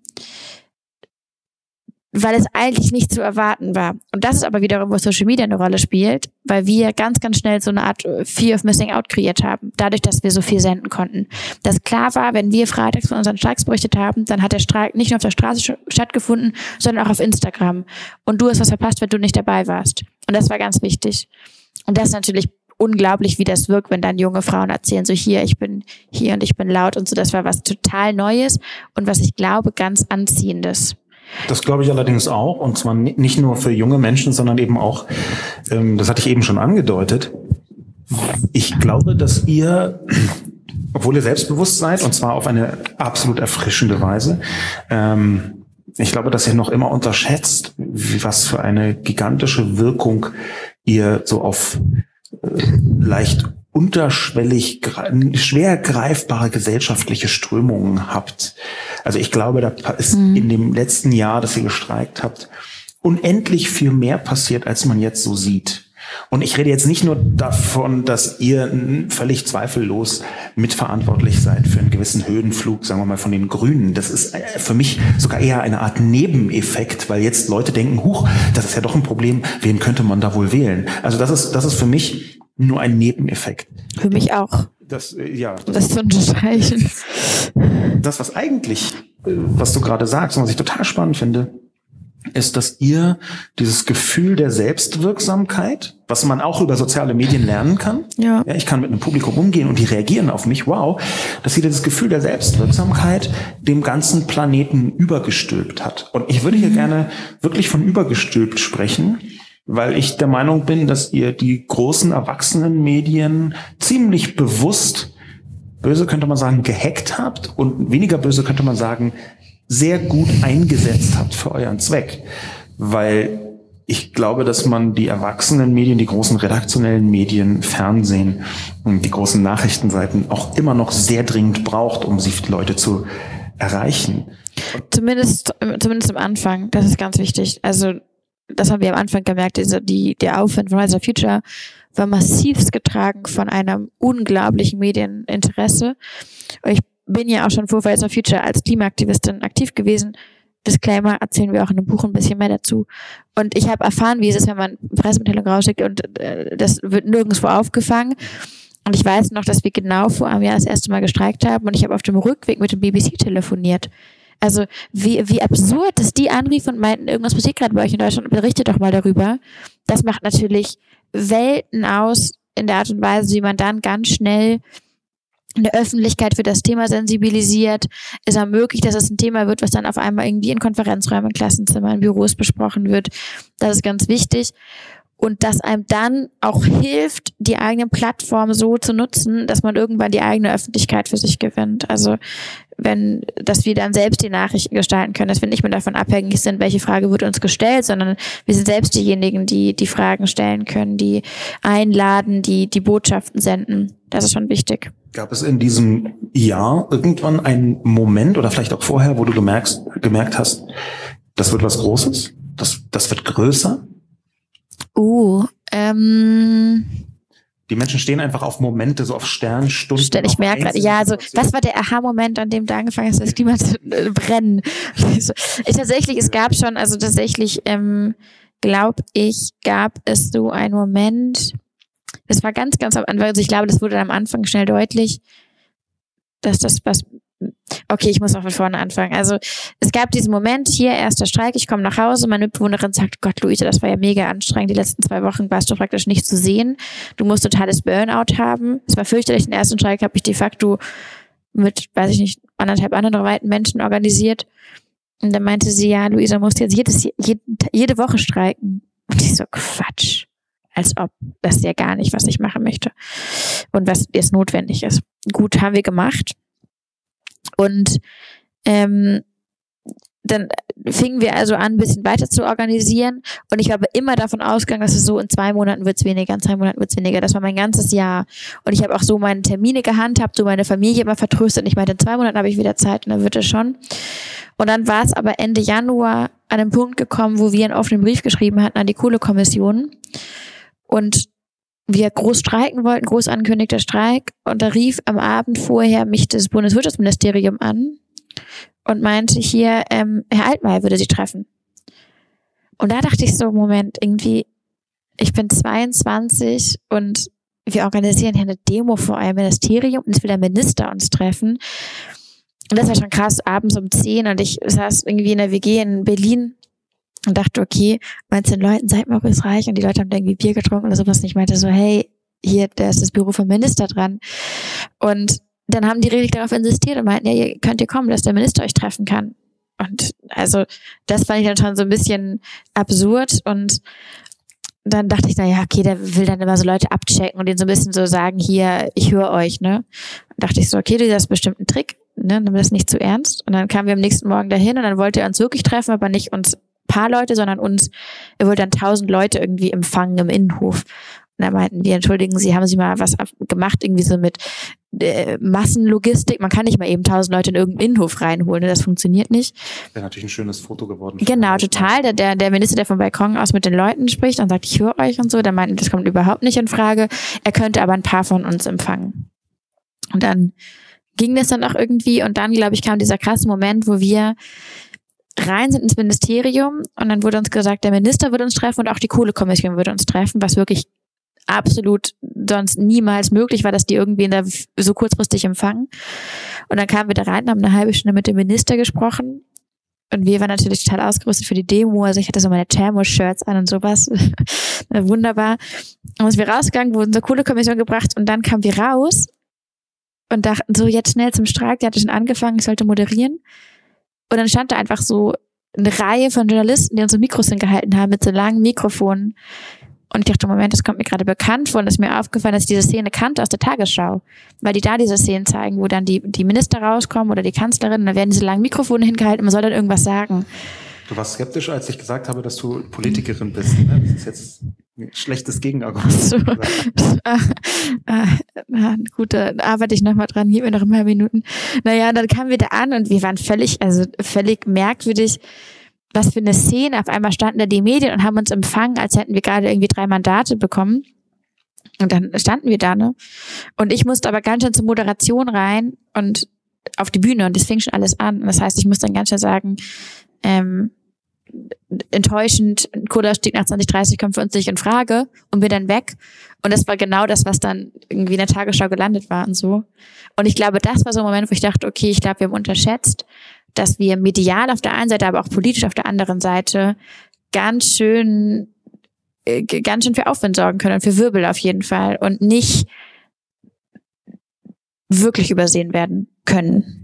weil es eigentlich nicht zu erwarten war. Und das ist aber wiederum, wo Social Media eine Rolle spielt, weil wir ganz, ganz schnell so eine Art Fear of Missing Out kreiert haben, dadurch, dass wir so viel senden konnten. Dass klar war, wenn wir freitags von unseren Streiks berichtet haben, dann hat der Streik nicht nur auf der Straße stattgefunden, sondern auch auf Instagram. Und du hast was verpasst, wenn du nicht dabei warst. Und das war ganz wichtig. Und das ist natürlich unglaublich, wie das wirkt, wenn dann junge Frauen erzählen, so hier, ich bin hier und ich bin laut und so. Das war was total Neues und was ich glaube, ganz Anziehendes. Das glaube ich allerdings auch, und zwar nicht nur für junge Menschen, sondern eben auch, das hatte ich eben schon angedeutet, ich glaube, dass ihr, obwohl ihr selbstbewusst seid, und zwar auf eine absolut erfrischende Weise, ich glaube, dass ihr noch immer unterschätzt, was für eine gigantische Wirkung ihr so auf leicht unterschwellig, schwer greifbare gesellschaftliche Strömungen habt. Also ich glaube, da ist in dem letzten Jahr, dass ihr gestreikt habt, unendlich viel mehr passiert, als man jetzt so sieht. Und ich rede jetzt nicht nur davon, dass ihr völlig zweifellos mitverantwortlich seid für einen gewissen Höhenflug, sagen wir mal, von den Grünen. Das ist für mich sogar eher eine Art Nebeneffekt, weil jetzt Leute denken, huch, das ist ja doch ein Problem, wen könnte man da wohl wählen? Also das ist für mich nur ein Nebeneffekt. Für mich auch. Das zu unterstreichen. Das, was eigentlich, was du gerade sagst und was ich total spannend finde, ist, dass ihr dieses Gefühl der Selbstwirksamkeit, was man auch über soziale Medien lernen kann, ja, ich kann mit einem Publikum umgehen und die reagieren auf mich, wow, dass ihr dieses Gefühl der Selbstwirksamkeit dem ganzen Planeten übergestülpt hat. Und ich würde hier gerne wirklich von übergestülpt sprechen, weil ich der Meinung bin, dass ihr die großen erwachsenen Medien ziemlich bewusst, böse könnte man sagen, gehackt habt und weniger böse könnte man sagen, sehr gut eingesetzt habt für euren Zweck. Weil ich glaube, dass man die erwachsenen Medien, die großen redaktionellen Medien, Fernsehen und die großen Nachrichtenseiten auch immer noch sehr dringend braucht, um sie Leute zu erreichen. Zumindest am Anfang, das ist ganz wichtig. Also das haben wir am Anfang gemerkt, der Aufwand von Rise of Future war massivst getragen von einem unglaublichen Medieninteresse. Und ich bin ja auch schon vor Fridays for Future als Klimaaktivistin aktiv gewesen. Disclaimer, erzählen wir auch in einem Buch ein bisschen mehr dazu. Und ich habe erfahren, wie es ist, wenn man Pressemitteilung rausschickt und das wird nirgendwo aufgefangen. Und ich weiß noch, dass wir genau vor einem Jahr das erste Mal gestreikt haben und ich habe auf dem Rückweg mit dem BBC telefoniert. Also wie absurd, dass die anriefen und meinten, irgendwas passiert gerade bei euch in Deutschland, berichtet doch mal darüber. Das macht natürlich Welten aus in der Art und Weise, wie man dann ganz schnell eine Öffentlichkeit für das Thema sensibilisiert. Es ermöglicht, dass es ein Thema wird, was dann auf einmal irgendwie in Konferenzräumen, in Klassenzimmern, in Büros besprochen wird. Das ist ganz wichtig. Und dass einem dann auch hilft, die eigene Plattform so zu nutzen, dass man irgendwann die eigene Öffentlichkeit für sich gewinnt. Also dass wir dann selbst die Nachrichten gestalten können, dass wir nicht mehr davon abhängig sind, welche Frage wird uns gestellt, sondern wir sind selbst diejenigen, die die Fragen stellen können, die einladen, die Botschaften senden. Das ist schon wichtig. Gab es in diesem Jahr irgendwann einen Moment oder vielleicht auch vorher, wo du gemerkt hast, das wird was Großes? Das wird größer? Die Menschen stehen einfach auf Momente, so auf Sternstunden. Ich merke gerade, was war der Aha-Moment, an dem du angefangen hast, das Klima zu brennen? Es gab schon, glaube ich, gab es so einen Moment, das war ganz, ganz am Anfang, also ich glaube, das wurde dann am Anfang schnell deutlich, dass das was... Okay, ich muss auch von vorne anfangen. Also es gab diesen Moment, hier, erster Streik, ich komme nach Hause, meine Mitbewohnerin sagt, Gott, Luise, das war ja mega anstrengend, die letzten 2 Wochen warst du praktisch nicht zu sehen, du musst totales Burnout haben. Es war fürchterlich, den ersten Streik habe ich de facto mit, 1,5 anderen weiten Menschen organisiert. Und dann meinte sie, ja, Luisa, musst jetzt jede Woche streiken. Und ich so, Quatsch. Als ob das ja gar nicht, was ich machen möchte und was jetzt notwendig ist. Gut, haben wir gemacht. Und dann fingen wir also an, ein bisschen weiter zu organisieren. Und ich war aber immer davon ausgegangen, dass es so in 2 Monaten wird's weniger, in 3 Monaten wird's weniger. Das war mein ganzes Jahr. Und ich habe auch so meine Termine gehandhabt, so meine Familie immer vertröstet. Und ich meinte, in 2 Monaten habe ich wieder Zeit und dann wird es schon. Und dann war es aber Ende Januar an einem Punkt gekommen, wo wir einen offenen Brief geschrieben hatten an die Kohlekommission. Und wir groß streiken wollten, groß angekündigter Streik. Und da rief am Abend vorher mich das Bundeswirtschaftsministerium an und meinte hier, Herr Altmaier würde Sie treffen. Und da dachte ich so, Moment, irgendwie, ich bin 22 und wir organisieren hier eine Demo vor einem Ministerium und es will der Minister uns treffen. Und das war schon krass, abends um 10 und ich saß irgendwie in der WG in Berlin und dachte, okay, 19 Leuten, seid mal reich. Und die Leute haben da irgendwie Bier getrunken oder sowas. Und ich meinte so, hey, hier, da ist das Büro vom Minister dran. Und dann haben die richtig darauf insistiert und meinten, ja, ihr könnt ihr kommen, dass der Minister euch treffen kann. Und also, das fand ich dann schon so ein bisschen absurd. Und dann dachte ich, naja, okay, der will dann immer so Leute abchecken und denen so ein bisschen so sagen, hier, ich höre euch, ne? Und dachte ich so, okay, das ist bestimmt ein Trick, ne? Nimm das nicht zu ernst. Und dann kamen wir am nächsten Morgen dahin und dann wollte er uns wirklich treffen, aber nicht uns paar Leute, sondern er wollte dann 1000 Leute irgendwie empfangen im Innenhof. Und da meinten wir, entschuldigen Sie, haben Sie mal was gemacht, irgendwie so mit Massenlogistik. Man kann nicht mal eben 1000 Leute in irgendeinen Innenhof reinholen. Das funktioniert nicht. Wäre natürlich ein schönes Foto geworden. Genau, total. Der Minister, der vom Balkon aus mit den Leuten spricht und sagt, ich höre euch und so, der meint, das kommt überhaupt nicht in Frage. Er könnte aber ein paar von uns empfangen. Und dann ging das dann auch irgendwie. Und dann, glaube ich, kam dieser krasse Moment, wo wir rein sind ins Ministerium und dann wurde uns gesagt, der Minister würde uns treffen und auch die Kohlekommission würde uns treffen, was wirklich absolut sonst niemals möglich war, dass die irgendwen da so kurzfristig empfangen. Und dann kamen wir da rein und haben eine halbe Stunde mit dem Minister gesprochen. Und wir waren natürlich total ausgerüstet für die Demo. Also ich hatte so meine Thermos-Shirts an und sowas. Wunderbar. Und als wir rausgegangen, wurden zur Kohlekommission gebracht und dann kamen wir raus und dachten so, jetzt schnell zum Streik. Der hatte schon angefangen, ich sollte moderieren. Und dann stand da einfach so eine Reihe von Journalisten, die unsere Mikros hingehalten haben mit so langen Mikrofonen. Und ich dachte, Moment, das kommt mir gerade bekannt vor. Und es ist mir aufgefallen, dass ich diese Szene kannte aus der Tagesschau. Weil die da diese Szenen zeigen, wo dann die Minister rauskommen oder die Kanzlerin. Und dann werden diese langen Mikrofone hingehalten und man soll dann irgendwas sagen. Du warst skeptisch, als ich gesagt habe, dass du Politikerin bist. Ne? Das ist jetzt ein schlechtes Gegenargument. So. Gut, da arbeite ich nochmal dran. Gib mir noch ein paar Minuten. Naja, dann kamen wir da an und wir waren völlig merkwürdig, was für eine Szene. Auf einmal standen da die Medien und haben uns empfangen, als hätten wir gerade irgendwie 3 Mandate bekommen. Und dann standen wir da, ne? Und ich musste aber ganz schön zur Moderation rein und auf die Bühne und das fing schon alles an. Und das heißt, ich musste dann ganz schön sagen, enttäuschend, Kohleausstieg nach 2030 kommt für uns nicht in Frage und wir dann weg. Und das war genau das, was dann irgendwie in der Tagesschau gelandet war und so. Und ich glaube, das war so ein Moment, wo ich dachte, okay, ich glaube, wir haben unterschätzt, dass wir medial auf der einen Seite, aber auch politisch auf der anderen Seite ganz schön für Aufwind sorgen können und für Wirbel auf jeden Fall und nicht wirklich übersehen werden können.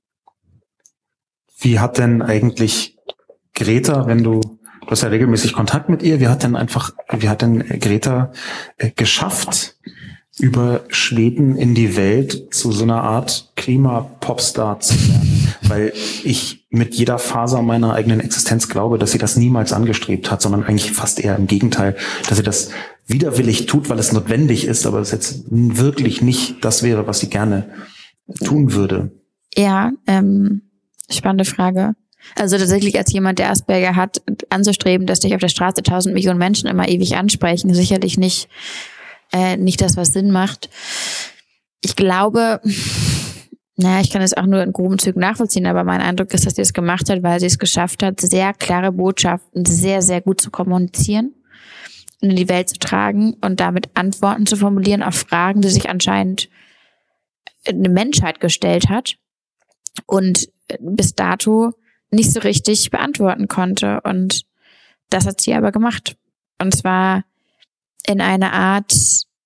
Wie hat denn eigentlich Greta, du hast ja regelmäßig Kontakt mit ihr, wie hat denn Greta geschafft, über Schweden in die Welt zu so einer Art Klima-Popstar zu werden? Weil ich mit jeder Faser meiner eigenen Existenz glaube, dass sie das niemals angestrebt hat, sondern eigentlich fast eher im Gegenteil, dass sie das widerwillig tut, weil es notwendig ist, aber es jetzt wirklich nicht das wäre, was sie gerne tun würde. Ja, spannende Frage. Also tatsächlich als jemand, der Asperger hat, anzustreben, dass dich auf der Straße 1000 Millionen Menschen immer ewig ansprechen, sicherlich nicht das, was Sinn macht. Ich glaube, ich kann es auch nur in groben Zügen nachvollziehen, aber mein Eindruck ist, dass sie es gemacht hat, weil sie es geschafft hat, sehr klare Botschaften sehr, sehr gut zu kommunizieren und in die Welt zu tragen und damit Antworten zu formulieren auf Fragen, die sich anscheinend eine Menschheit gestellt hat und bis dato nicht so richtig beantworten konnte. Und das hat sie aber gemacht. Und zwar in einer Art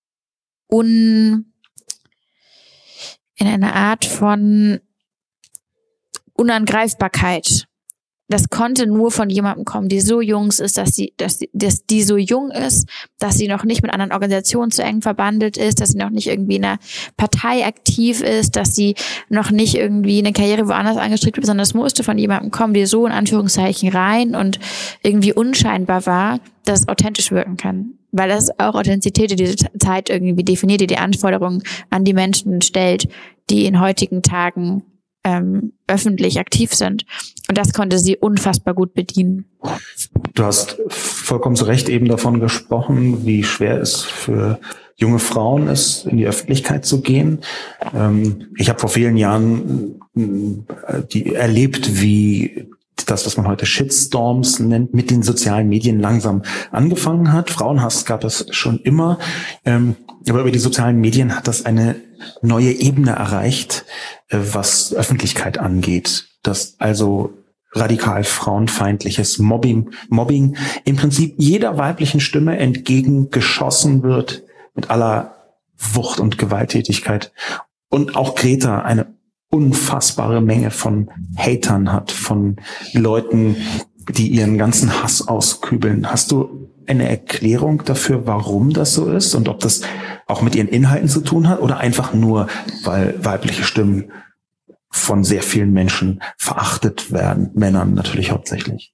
von Unangreifbarkeit. Das konnte nur von jemandem kommen, die so jung ist, dass die so jung ist, dass sie noch nicht mit anderen Organisationen zu eng verbandelt ist, dass sie noch nicht irgendwie in einer Partei aktiv ist, dass sie noch nicht irgendwie eine Karriere woanders angestrebt wird, sondern es musste von jemandem kommen, die so in Anführungszeichen rein und irgendwie unscheinbar war, dass es authentisch wirken kann. Weil das ist auch Authentizität, die diese Zeit irgendwie definiert, die Anforderungen an die Menschen stellt, die in heutigen Tagen öffentlich aktiv sind. Und das konnte sie unfassbar gut bedienen. Du hast vollkommen zu Recht eben davon gesprochen, wie schwer es für junge Frauen ist, in die Öffentlichkeit zu gehen. Ich habe vor vielen Jahren erlebt, wie das, was man heute Shitstorms nennt, mit den sozialen Medien langsam angefangen hat. Frauenhass gab es schon immer. Aber über die sozialen Medien hat das eine neue Ebene erreicht, was Öffentlichkeit angeht. Dass also radikal frauenfeindliches Mobbing im Prinzip jeder weiblichen Stimme entgegengeschossen wird mit aller Wucht und Gewalttätigkeit. Und auch Greta eine unfassbare Menge von Hatern hat, von Leuten, die ihren ganzen Hass auskübeln. Hast du eine Erklärung dafür, warum das so ist und ob das auch mit ihren Inhalten zu tun hat oder einfach nur, weil weibliche Stimmen von sehr vielen Menschen verachtet werden, Männern natürlich hauptsächlich?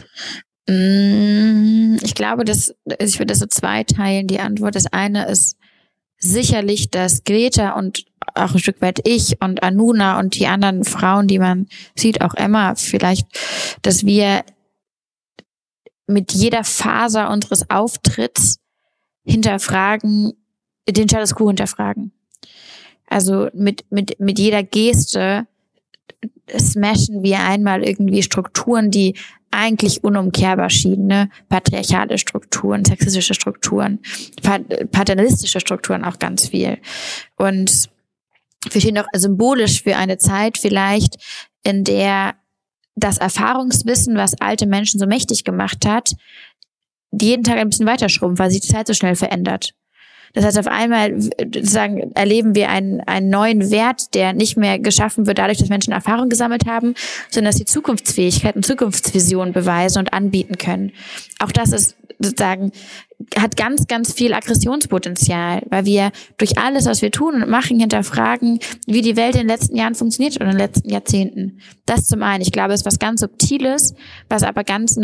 Ich glaube, ich würde das so zweiteilen, die Antwort. Das eine ist sicherlich, dass Greta und auch ein Stück weit ich und Anuna und die anderen Frauen, die man sieht, auch Emma vielleicht, dass wir mit jeder Faser unseres Auftritts hinterfragen, den Status quo hinterfragen. Also mit jeder Geste smashen wir einmal irgendwie Strukturen, die eigentlich unumkehrbar schienen, ne? Patriarchale Strukturen, sexistische Strukturen, paternalistische Strukturen auch ganz viel. Und wir stehen auch symbolisch für eine Zeit vielleicht, in der das Erfahrungswissen, was alte Menschen so mächtig gemacht hat, jeden Tag ein bisschen weiter schrumpft, weil sich die Zeit so schnell verändert. Das heißt, auf einmal erleben wir einen neuen Wert, der nicht mehr geschaffen wird dadurch, dass Menschen Erfahrung gesammelt haben, sondern dass sie Zukunftsfähigkeit und Zukunftsvision beweisen und anbieten können. Auch das ist hat ganz, ganz viel Aggressionspotenzial, weil wir durch alles, was wir tun und machen, hinterfragen, wie die Welt in den letzten Jahren funktioniert oder in den letzten Jahrzehnten. Das zum einen. Ich glaube, es ist was ganz Subtiles, was aber ganz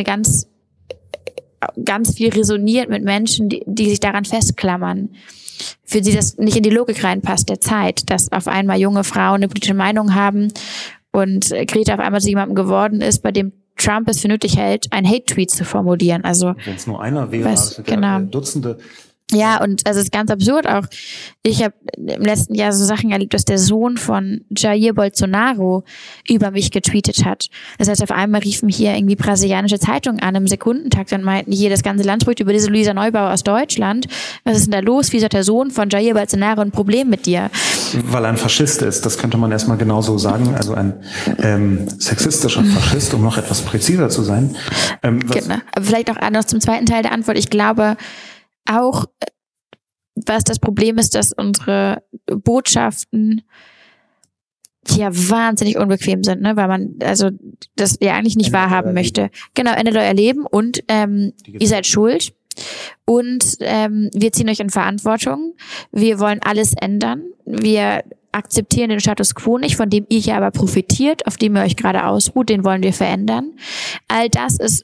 viel resoniert mit Menschen, die sich daran festklammern. Für die das nicht in die Logik reinpasst der Zeit, dass auf einmal junge Frauen eine politische Meinung haben und Greta auf einmal zu jemandem geworden ist, bei dem Trump es für nötig hält, einen Hate-Tweet zu formulieren. Also wenn es nur einer wäre, genau. Dutzende. Ja, und also es ist ganz absurd auch. Ich habe im letzten Jahr so Sachen erlebt, dass der Sohn von Jair Bolsonaro über mich getweetet hat. Das heißt, auf einmal riefen hier irgendwie brasilianische Zeitungen an im Sekundentakt und meinten, hier, das ganze Land spricht über diese Luisa Neubauer aus Deutschland. Was ist denn da los? Wie hat der Sohn von Jair Bolsonaro ein Problem mit dir? Weil er ein Faschist ist, das könnte man erstmal genauso sagen. Also ein sexistischer Faschist, um noch etwas präziser zu sein. Genau. Aber vielleicht auch noch zum zweiten Teil der Antwort. Ich glaube, auch, was das Problem ist, dass unsere Botschaften ja wahnsinnig unbequem sind, ne, weil man also das ja eigentlich nicht wahrhaben möchte. Genau, endet euer Leben und ihr seid schuld und wir ziehen euch in Verantwortung. Wir wollen alles ändern. Wir akzeptieren den Status quo nicht, von dem ihr hier aber profitiert, auf dem ihr euch gerade ausruht, den wollen wir verändern. All das ist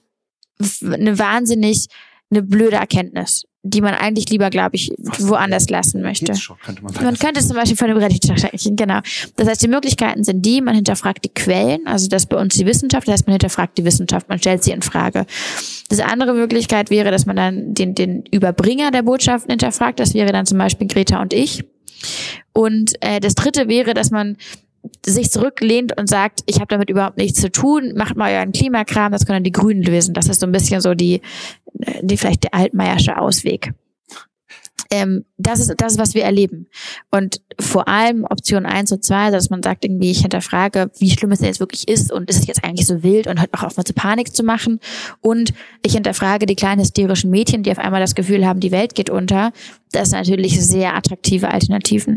eine blöde Erkenntnis, die man eigentlich lieber, glaube ich, woanders lassen möchte. Man könnte es zum Beispiel von dem Realitätsschock sprechen, genau. Das heißt, die Möglichkeiten sind man hinterfragt die Quellen, also das ist bei uns die Wissenschaft, das heißt, man hinterfragt die Wissenschaft, man stellt sie in Frage. Das andere Möglichkeit wäre, dass man dann den Überbringer der Botschaften hinterfragt, das wäre dann zum Beispiel Greta und ich. Und das dritte wäre, dass man sich zurücklehnt und sagt, ich habe damit überhaupt nichts zu tun, macht mal euren Klimakram, das können dann die Grünen lösen. Das ist so ein bisschen so die vielleicht der altmeiersche Ausweg. Das ist, was wir erleben. Und vor allem Option 1 und 2, dass man sagt irgendwie, ich hinterfrage, wie schlimm es denn jetzt wirklich ist und ist es jetzt eigentlich so wild und hört auch auf mal zu Panik zu machen. Und ich hinterfrage die kleinen hysterischen Mädchen, die auf einmal das Gefühl haben, die Welt geht unter. Das sind natürlich sehr attraktive Alternativen.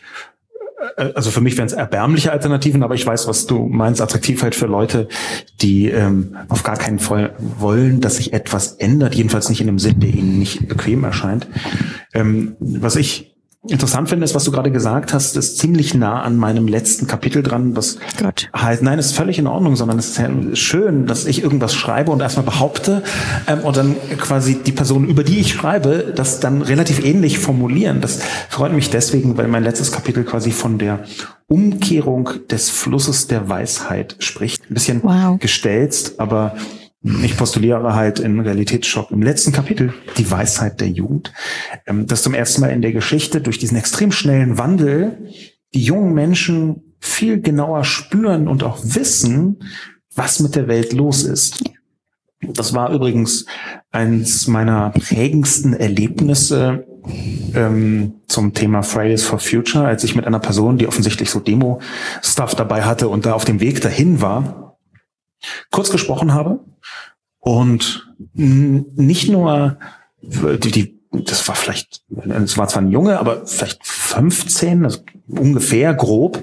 Also für mich wären es erbärmliche Alternativen, aber ich weiß, was du meinst. Attraktiv halt für Leute, die auf gar keinen Fall wollen, dass sich etwas ändert, jedenfalls nicht in dem Sinn, der ihnen nicht bequem erscheint. Was ich interessant finde, ist, was du gerade gesagt hast, ist ziemlich nah an meinem letzten Kapitel dran, was heißt, nein, ist völlig in Ordnung, sondern es ist ja schön, dass ich irgendwas schreibe und erstmal behaupte und dann quasi die Person, über die ich schreibe, das dann relativ ähnlich formulieren. Das freut mich deswegen, weil mein letztes Kapitel quasi von der Umkehrung des Flusses der Weisheit spricht. Ein bisschen gestelzt, aber ich postuliere halt in Realitätsschock im letzten Kapitel die Weisheit der Jugend, dass zum ersten Mal in der Geschichte durch diesen extrem schnellen Wandel die jungen Menschen viel genauer spüren und auch wissen, was mit der Welt los ist. Das war übrigens eines meiner prägendsten Erlebnisse zum Thema Fridays for Future, als ich mit einer Person, die offensichtlich so Demo-Stuff dabei hatte und da auf dem Weg dahin war, kurz gesprochen habe und nicht nur das war zwar ein Junge, aber vielleicht 15, also ungefähr grob.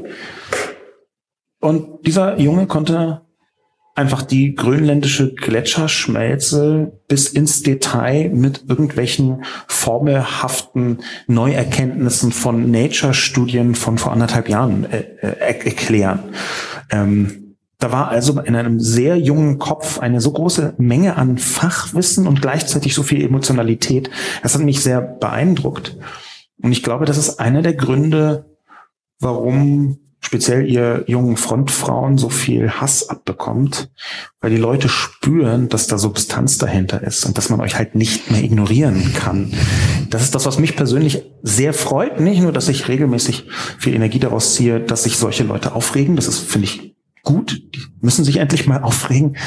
Und dieser Junge konnte einfach die grönländische Gletscherschmelze bis ins Detail mit irgendwelchen formelhaften Neuerkenntnissen von Nature-Studien von vor 1,5 Jahren erklären. Da war also in einem sehr jungen Kopf eine so große Menge an Fachwissen und gleichzeitig so viel Emotionalität. Das hat mich sehr beeindruckt. Und ich glaube, das ist einer der Gründe, warum speziell ihr jungen Frontfrauen so viel Hass abbekommt, weil die Leute spüren, dass da Substanz dahinter ist und dass man euch halt nicht mehr ignorieren kann. Das ist das, was mich persönlich sehr freut. Nicht nur, dass ich regelmäßig viel Energie daraus ziehe, dass sich solche Leute aufregen. Das ist, finde ich, gut. Die müssen sich endlich mal aufregen.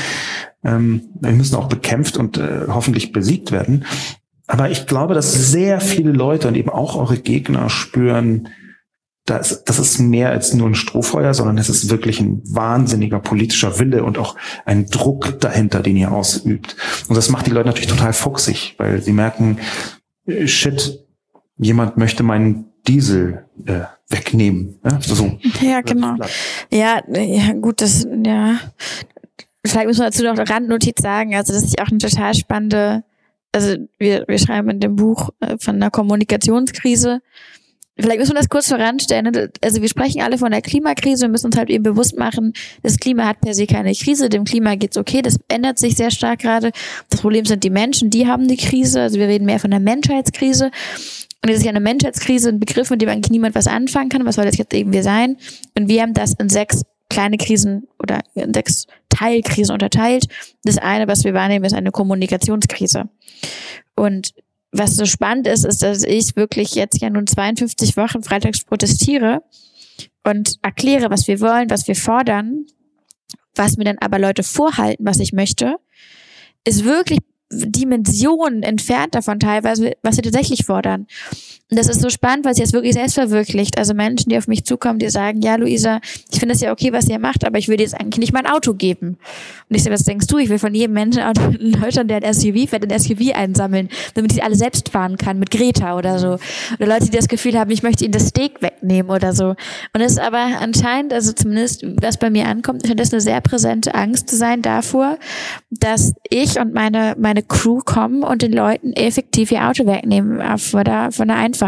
Wir müssen auch bekämpft und hoffentlich besiegt werden. Aber ich glaube, dass sehr viele Leute und eben auch eure Gegner spüren, das ist mehr als nur ein Strohfeuer, sondern es ist wirklich ein wahnsinniger politischer Wille und auch ein Druck dahinter, den ihr ausübt. Und das macht die Leute natürlich total fuchsig, weil sie merken, shit, jemand möchte meinen Diesel wegnehmen. Ja, so. Ja, genau. Ja, gut, vielleicht muss man dazu noch eine Randnotiz sagen, also das ist auch eine total spannende, also wir schreiben in dem Buch von einer Kommunikationskrise. Vielleicht müssen wir das kurz voranstellen. Also wir sprechen alle von der Klimakrise und müssen uns halt eben bewusst machen, das Klima hat per se keine Krise, dem Klima geht's okay, das ändert sich sehr stark gerade. Das Problem sind die Menschen, die haben die Krise, also wir reden mehr von der Menschheitskrise. Und jetzt ist ja eine Menschheitskrise ein Begriff, mit dem eigentlich niemand was anfangen kann. Was soll das jetzt irgendwie sein? Und wir haben das in 6 kleine Krisen oder in 6 Teilkrisen unterteilt. Das eine, was wir wahrnehmen, ist eine Kommunikationskrise. Und was so spannend ist, dass ich wirklich jetzt ja nun 52 Wochen freitags protestiere und erkläre, was wir wollen, was wir fordern, was mir dann aber Leute vorhalten, was ich möchte, ist wirklich Dimensionen entfernt davon teilweise, was sie tatsächlich fordern. Und das ist so spannend, weil sie es wirklich selbst verwirklicht. Also Menschen, die auf mich zukommen, die sagen, ja Luisa, ich finde es ja okay, was ihr macht, aber ich würde jetzt eigentlich nicht mein Auto geben. Und ich sage, was denkst du? Ich will von jedem Menschen in Deutschland, der ein SUV fährt, ein SUV einsammeln, damit ich alle selbst fahren kann, mit Greta oder so. Oder Leute, die das Gefühl haben, ich möchte ihnen das Steak wegnehmen oder so. Und es ist aber anscheinend, also zumindest was bei mir ankommt, scheint das eine sehr präsente Angst zu sein davor, dass ich und meine Crew kommen und den Leuten effektiv ihr Auto wegnehmen von der Einfahrt.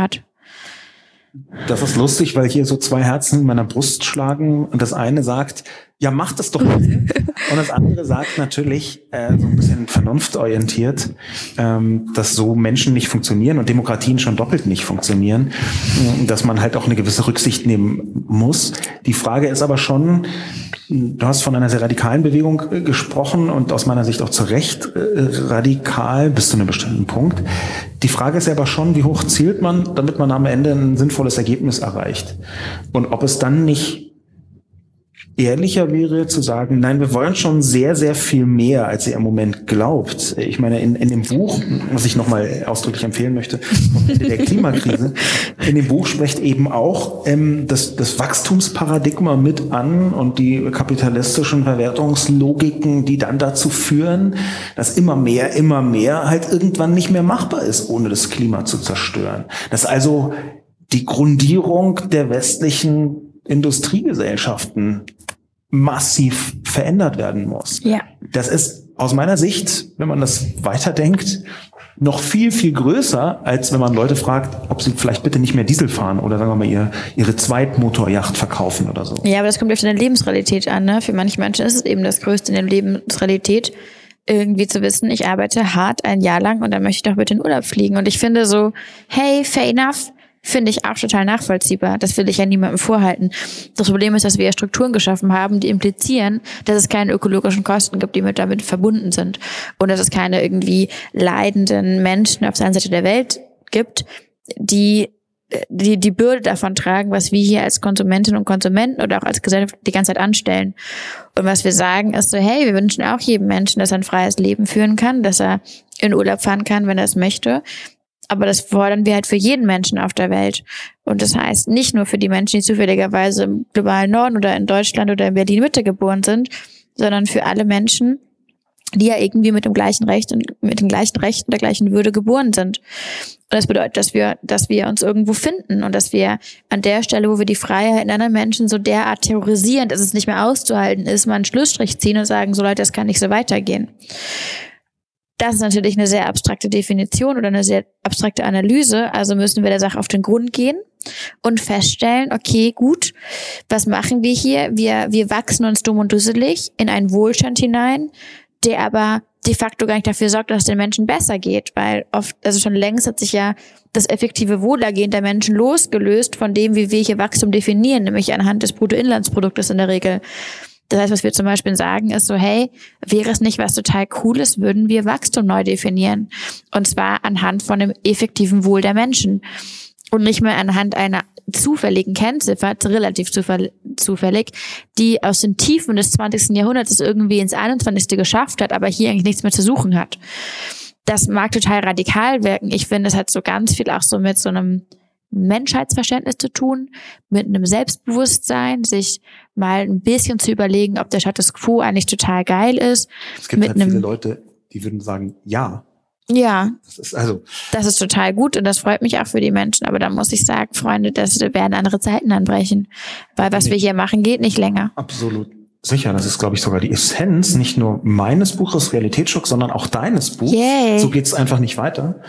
Das ist lustig, weil hier so 2 Herzen in meiner Brust schlagen und das eine sagt, ja, mach das doch bitte. Und das andere sagt natürlich, so ein bisschen vernunftorientiert, dass so Menschen nicht funktionieren und Demokratien schon doppelt nicht funktionieren, dass man halt auch eine gewisse Rücksicht nehmen muss. Die Frage ist aber schon, du hast von einer sehr radikalen Bewegung gesprochen und aus meiner Sicht auch zu Recht radikal bis zu einem bestimmten Punkt. Die Frage ist aber schon, wie hoch zielt man, damit man am Ende ein sinnvolles Ergebnis erreicht. Und ob es dann nicht ehrlicher wäre zu sagen, nein, wir wollen schon sehr, sehr viel mehr, als ihr im Moment glaubt. Ich meine, in dem Buch, was ich nochmal ausdrücklich empfehlen möchte, vom Ende der Klimakrise, in dem Buch spricht eben auch das Wachstumsparadigma mit an und die kapitalistischen Verwertungslogiken, die dann dazu führen, dass immer mehr halt irgendwann nicht mehr machbar ist, ohne das Klima zu zerstören. Dass also die Grundierung der westlichen Industriegesellschaften massiv verändert werden muss. Ja. Das ist aus meiner Sicht, wenn man das weiterdenkt, noch viel, viel größer, als wenn man Leute fragt, ob sie vielleicht bitte nicht mehr Diesel fahren oder sagen wir mal ihre Zweitmotorjacht verkaufen oder so. Ja, aber das kommt auf deine Lebensrealität an. Ne? Für manche Menschen ist es eben das Größte in der Lebensrealität, irgendwie zu wissen, ich arbeite hart ein Jahr lang und dann möchte ich doch bitte in Urlaub fliegen. Und ich finde so, hey, fair enough, finde ich auch total nachvollziehbar. Das will ich ja niemandem vorhalten. Das Problem ist, dass wir ja Strukturen geschaffen haben, die implizieren, dass es keine ökologischen Kosten gibt, die damit verbunden sind. Und dass es keine irgendwie leidenden Menschen auf der anderen Seite der Welt gibt, die Bürde davon tragen, was wir hier als Konsumentinnen und Konsumenten oder auch als Gesellschaft die ganze Zeit anstellen. Und was wir sagen ist so, hey, wir wünschen auch jedem Menschen, dass er ein freies Leben führen kann, dass er in Urlaub fahren kann, wenn er es möchte. Aber das fordern wir halt für jeden Menschen auf der Welt. Und das heißt nicht nur für die Menschen, die zufälligerweise im globalen Norden oder in Deutschland oder in Berlin-Mitte geboren sind, sondern für alle Menschen, die ja irgendwie mit dem gleichen Recht und mit den gleichen Rechten, der gleichen Würde geboren sind. Und das bedeutet, dass wir uns irgendwo finden und dass wir an der Stelle, wo wir die Freiheit in anderen Menschen so derart terrorisieren, dass es nicht mehr auszuhalten ist, mal einen Schlussstrich ziehen und sagen, so Leute, das kann nicht so weitergehen. Das ist natürlich eine sehr abstrakte Definition oder eine sehr abstrakte Analyse. Also müssen wir der Sache auf den Grund gehen und feststellen, okay, gut, was machen wir hier? Wir wachsen uns dumm und dusselig in einen Wohlstand hinein, der aber de facto gar nicht dafür sorgt, dass es den Menschen besser geht, weil oft, also schon längst hat sich ja das effektive Wohlergehen der Menschen losgelöst von dem, wie wir hier Wachstum definieren, nämlich anhand des Bruttoinlandsproduktes in der Regel. Das heißt, was wir zum Beispiel sagen, ist so, hey, wäre es nicht was total Cooles, würden wir Wachstum neu definieren. Und zwar anhand von dem effektiven Wohl der Menschen. Und nicht mehr anhand einer zufälligen Kennziffer, relativ zufällig, die aus den Tiefen des 20. Jahrhunderts irgendwie ins 21. geschafft hat, aber hier eigentlich nichts mehr zu suchen hat. Das mag total radikal wirken. Ich finde, es hat so ganz viel auch so mit so einem Menschheitsverständnis zu tun, mit einem Selbstbewusstsein, sich mal ein bisschen zu überlegen, ob der Status quo eigentlich total geil ist. Es gibt halt viele Leute, die würden sagen, ja. Ja, das ist total gut und das freut mich auch für die Menschen. Aber da muss ich sagen, Freunde, das werden andere Zeiten anbrechen. Weil was wir hier machen, geht nicht länger. Absolut sicher. Das ist, glaube ich, sogar die Essenz, nicht nur meines Buches Realitätsschock, sondern auch deines Buchs. Yay. So geht's einfach nicht weiter.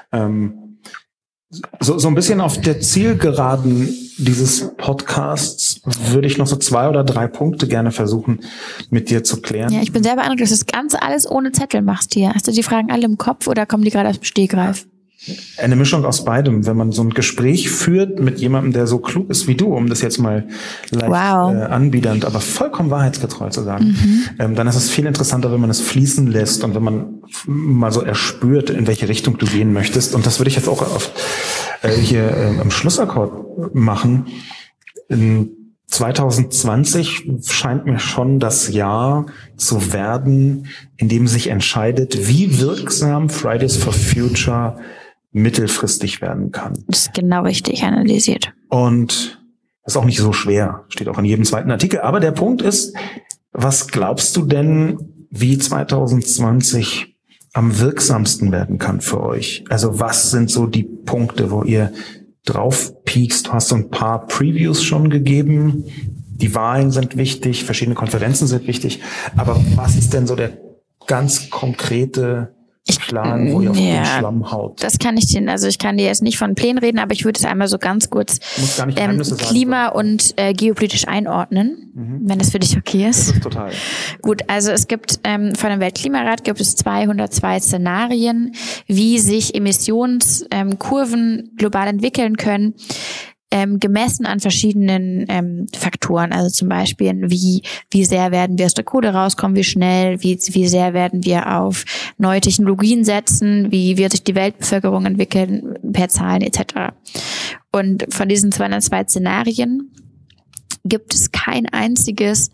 So ein bisschen auf der Zielgeraden dieses Podcasts würde ich noch so 2 oder 3 Punkte gerne versuchen, mit dir zu klären. Ja, ich bin sehr beeindruckt, dass du das Ganze alles ohne Zettel machst hier. Hast du die Fragen alle im Kopf oder kommen die gerade aus dem Stegreif? Eine Mischung aus beidem. Wenn man so ein Gespräch führt mit jemandem, der so klug ist wie du, um das jetzt mal leicht anbiedernd, aber vollkommen wahrheitsgetreu zu sagen, dann ist es viel interessanter, wenn man es fließen lässt und wenn man mal so erspürt, in welche Richtung du gehen möchtest. Und das würde ich jetzt auch hier im Schlussakkord machen. In 2020 scheint mir schon das Jahr zu werden, in dem sich entscheidet, wie wirksam Fridays for Future mittelfristig werden kann. Das ist genau richtig analysiert. Und das ist auch nicht so schwer, steht auch in jedem zweiten Artikel. Aber der Punkt ist, was glaubst du denn, wie 2020 am wirksamsten werden kann für euch? Also was sind so die Punkte, wo ihr drauf piekst? Du hast so ein paar Previews schon gegeben. Die Wahlen sind wichtig, verschiedene Konferenzen sind wichtig. Aber was ist denn so der ganz konkrete Plan, wo ihr auf den Schlamm haut? Das kann ich dir, also ich kann dir jetzt nicht von Plänen reden, aber ich würde es einmal so ganz kurz Klima- und geopolitisch einordnen, wenn das für dich okay ist. Das ist total. Gut, also es gibt von dem Weltklimarat gibt es 202 Szenarien, wie sich Emissionskurven global entwickeln können. Gemessen an verschiedenen Faktoren, also zum Beispiel wie sehr werden wir aus der Kohle rauskommen, wie schnell, wie sehr werden wir auf neue Technologien setzen, wie wird sich die Weltbevölkerung entwickeln per Zahlen etc. Und von diesen 202 Szenarien gibt es kein einziges,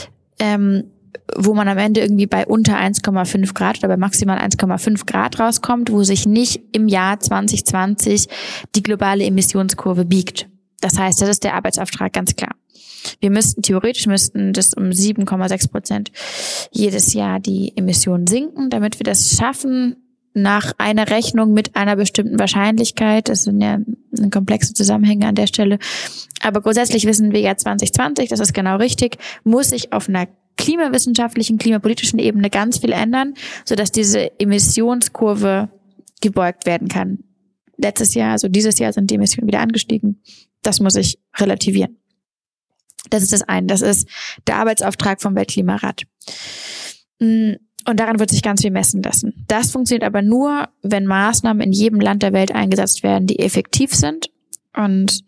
wo man am Ende irgendwie bei unter 1,5 Grad oder bei maximal 1,5 Grad rauskommt, wo sich nicht im Jahr 2020 die globale Emissionskurve biegt. Das heißt, das ist der Arbeitsauftrag, ganz klar. Theoretisch müssten das um 7,6% jedes Jahr die Emissionen sinken, damit wir das schaffen, nach einer Rechnung mit einer bestimmten Wahrscheinlichkeit. Das sind ja komplexe Zusammenhänge an der Stelle. Aber grundsätzlich wissen wir ja 2020, das ist genau richtig, muss sich auf einer klimawissenschaftlichen, klimapolitischen Ebene ganz viel ändern, sodass diese Emissionskurve gebeugt werden kann. Letztes Jahr, also dieses Jahr, sind die Emissionen wieder angestiegen. Das muss ich relativieren. Das ist das eine. Das ist der Arbeitsauftrag vom Weltklimarat. Und daran wird sich ganz viel messen lassen. Das funktioniert aber nur, wenn Maßnahmen in jedem Land der Welt eingesetzt werden, die effektiv sind und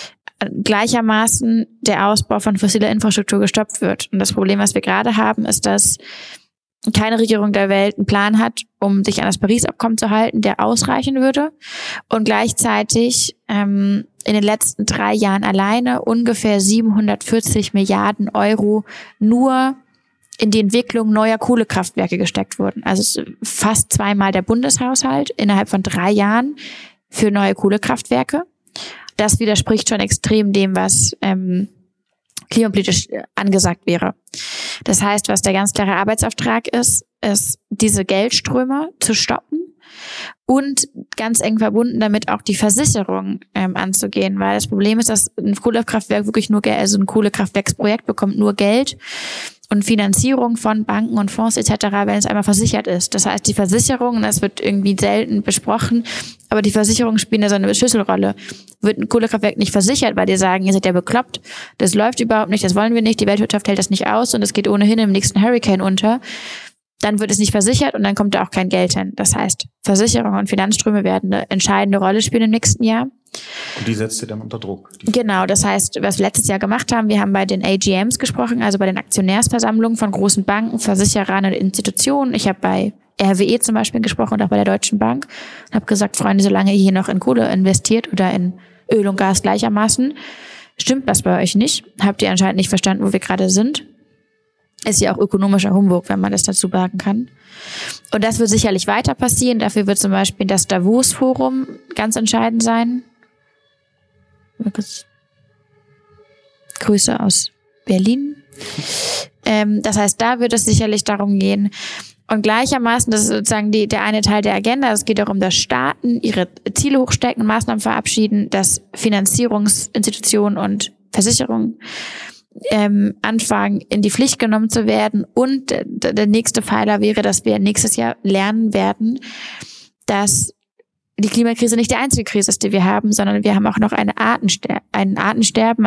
gleichermaßen der Ausbau von fossiler Infrastruktur gestoppt wird. Und das Problem, was wir gerade haben, ist, dass keine Regierung der Welt einen Plan hat, um sich an das Paris-Abkommen zu halten, der ausreichen würde. Und gleichzeitig in den letzten 3 Jahren alleine ungefähr 740 Milliarden Euro nur in die Entwicklung neuer Kohlekraftwerke gesteckt wurden. Also fast 2-mal der Bundeshaushalt innerhalb von 3 Jahren für neue Kohlekraftwerke. Das widerspricht schon extrem dem, was klimapolitisch angesagt wäre. Das heißt, was der ganz klare Arbeitsauftrag ist diese Geldströme zu stoppen und ganz eng verbunden damit auch die Versicherung anzugehen, weil das Problem ist, dass ein Kohlekraftwerk wirklich nur Geld, also ein Kohlekraftwerksprojekt bekommt nur Geld und Finanzierung von Banken und Fonds etc., wenn es einmal versichert ist. Das heißt, die Versicherung, das wird irgendwie selten besprochen, aber die Versicherungen spielen da so eine Schlüsselrolle. Wird ein Kohlekraftwerk nicht versichert, weil die sagen, ihr seid ja bekloppt, das läuft überhaupt nicht, das wollen wir nicht, die Weltwirtschaft hält das nicht aus und es geht ohnehin im nächsten Hurricane unter, dann wird es nicht versichert und dann kommt da auch kein Geld hin. Das heißt, Versicherungen und Finanzströme werden eine entscheidende Rolle spielen im nächsten Jahr. Und die setzt ihr dann unter Druck. Genau, das heißt, was wir letztes Jahr gemacht haben, wir haben bei den AGMs gesprochen, also bei den Aktionärsversammlungen von großen Banken, Versicherern und Institutionen. Ich habe bei RWE zum Beispiel gesprochen und auch bei der Deutschen Bank und habe gesagt, Freunde, solange ihr hier noch in Kohle investiert oder in Öl und Gas gleichermaßen, stimmt was bei euch nicht. Habt ihr anscheinend nicht verstanden, wo wir gerade sind. Ist ja auch ökonomischer Humbug, wenn man das dazu sagen kann. Und das wird sicherlich weiter passieren. Dafür wird zum Beispiel das Davos-Forum ganz entscheidend sein. Grüße aus Berlin. Das heißt, da wird es sicherlich darum gehen. Und gleichermaßen, das ist sozusagen der eine Teil der Agenda, es geht darum, dass Staaten ihre Ziele hochstecken, Maßnahmen verabschieden, dass Finanzierungsinstitutionen und Versicherungen anfangen, in die Pflicht genommen zu werden. Und der nächste Pfeiler wäre, dass wir nächstes Jahr lernen werden, dass die Klimakrise nicht die einzige Krise ist, die wir haben, sondern wir haben auch noch ein Artensterben,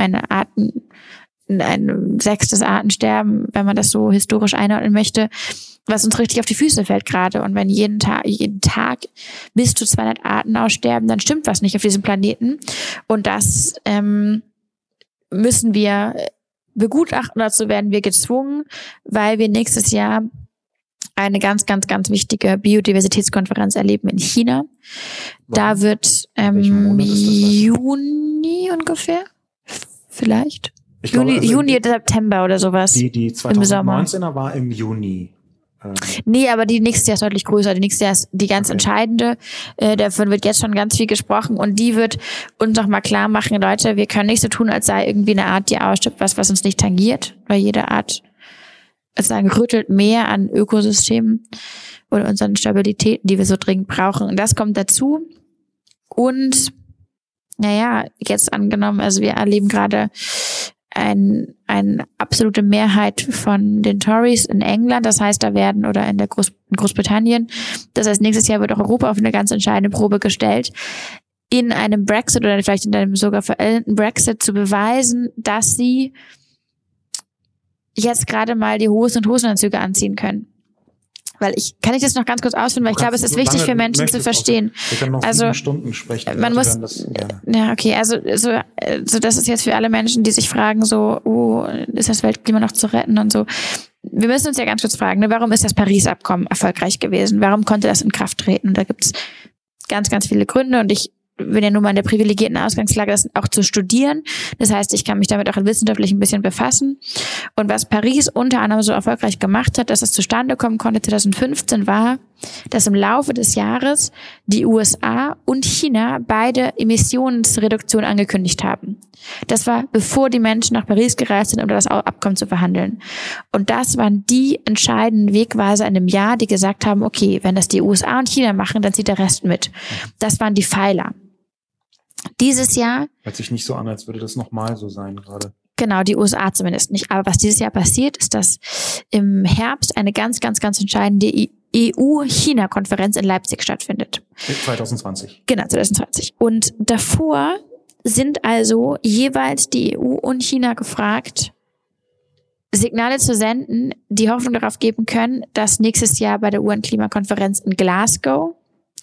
ein 6. Artensterben, wenn man das so historisch einordnen möchte, was uns richtig auf die Füße fällt gerade. Und wenn jeden Tag bis zu 200 Arten aussterben, dann stimmt was nicht auf diesem Planeten. Und das müssen wir begutachten. Dazu werden wir gezwungen, weil wir nächstes Jahr eine ganz, ganz, ganz wichtige Biodiversitätskonferenz erleben in China. Da wird Juni ungefähr, vielleicht. Ich glaube, Juni, September oder sowas. Die 2019er war im Juni. Nee, aber die nächste Jahr ist deutlich größer. Die nächste Jahr ist die ganz entscheidende. Davon wird jetzt schon ganz viel gesprochen und die wird uns noch mal klar machen, Leute, wir können nicht so tun, als sei irgendwie eine Art, die ausstirbt, was uns nicht tangiert, weil jede Art sozusagen rüttelt mehr an Ökosystemen oder unseren Stabilitäten, die wir so dringend brauchen. Und das kommt dazu. Und naja, jetzt angenommen, also wir erleben gerade eine absolute Mehrheit von den Tories in England, das heißt, da werden, oder in Großbritannien, das heißt, nächstes Jahr wird auch Europa auf eine ganz entscheidende Probe gestellt, in einem Brexit oder vielleicht in einem sogar veränderten Brexit zu beweisen, dass sie jetzt gerade mal die Hosen und Hosenanzüge anziehen können. Weil kann ich das noch ganz kurz ausführen, weil ich glaube, es ist wichtig für Menschen zu verstehen. Wir können noch 7 Stunden sprechen. Man muss, ja, okay, also das ist jetzt für alle Menschen, die sich fragen, so, ist das Weltklima noch zu retten und so. Wir müssen uns ja ganz kurz fragen, warum ist das Paris-Abkommen erfolgreich gewesen? Warum konnte das in Kraft treten? Und da gibt es ganz, ganz viele Gründe und ich bin ja nun mal in der privilegierten Ausgangslage, das auch zu studieren. Das heißt, ich kann mich damit auch wissenschaftlich ein bisschen befassen. Und was Paris unter anderem so erfolgreich gemacht hat, dass es zustande kommen konnte 2015, war, dass im Laufe des Jahres die USA und China beide Emissionsreduktion angekündigt haben. Das war, bevor die Menschen nach Paris gereist sind, um das Abkommen zu verhandeln. Und das waren die entscheidenden Wegweiser in dem Jahr, die gesagt haben, okay, wenn das die USA und China machen, dann zieht der Rest mit. Das waren die Pfeiler. Dieses Jahr... Hört sich nicht so an, als würde das nochmal so sein gerade. Genau, die USA zumindest nicht. Aber was dieses Jahr passiert, ist, dass im Herbst eine ganz, ganz, ganz entscheidende EU-China-Konferenz in Leipzig stattfindet. 2020. Genau, 2020. Und davor sind also jeweils die EU und China gefragt, Signale zu senden, die Hoffnung darauf geben können, dass nächstes Jahr bei der UN-Klimakonferenz in Glasgow,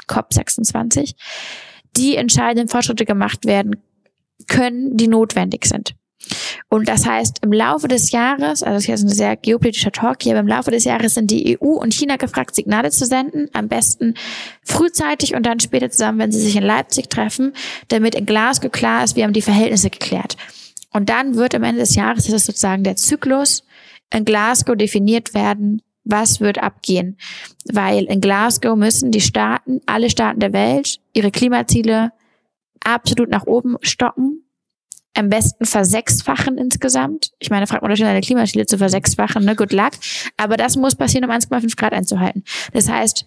COP26, die entscheidenden Fortschritte gemacht werden können, die notwendig sind. Und das heißt, im Laufe des Jahres, also das ist jetzt ein sehr geopolitischer Talk hier, aber im Laufe des Jahres sind die EU und China gefragt, Signale zu senden, am besten frühzeitig und dann später zusammen, wenn sie sich in Leipzig treffen, damit in Glasgow klar ist, wir haben die Verhältnisse geklärt. Und dann wird am Ende des Jahres, das ist sozusagen der Zyklus, in Glasgow definiert werden, was wird abgehen. Weil in Glasgow müssen die Staaten, alle Staaten der Welt, ihre Klimaziele absolut nach oben stocken, am besten versechsfachen insgesamt. Ich meine, fragt man euch seine Klimaziele zu versechsfachen, ne? Good luck. Aber das muss passieren, um 1,5 Grad einzuhalten. Das heißt,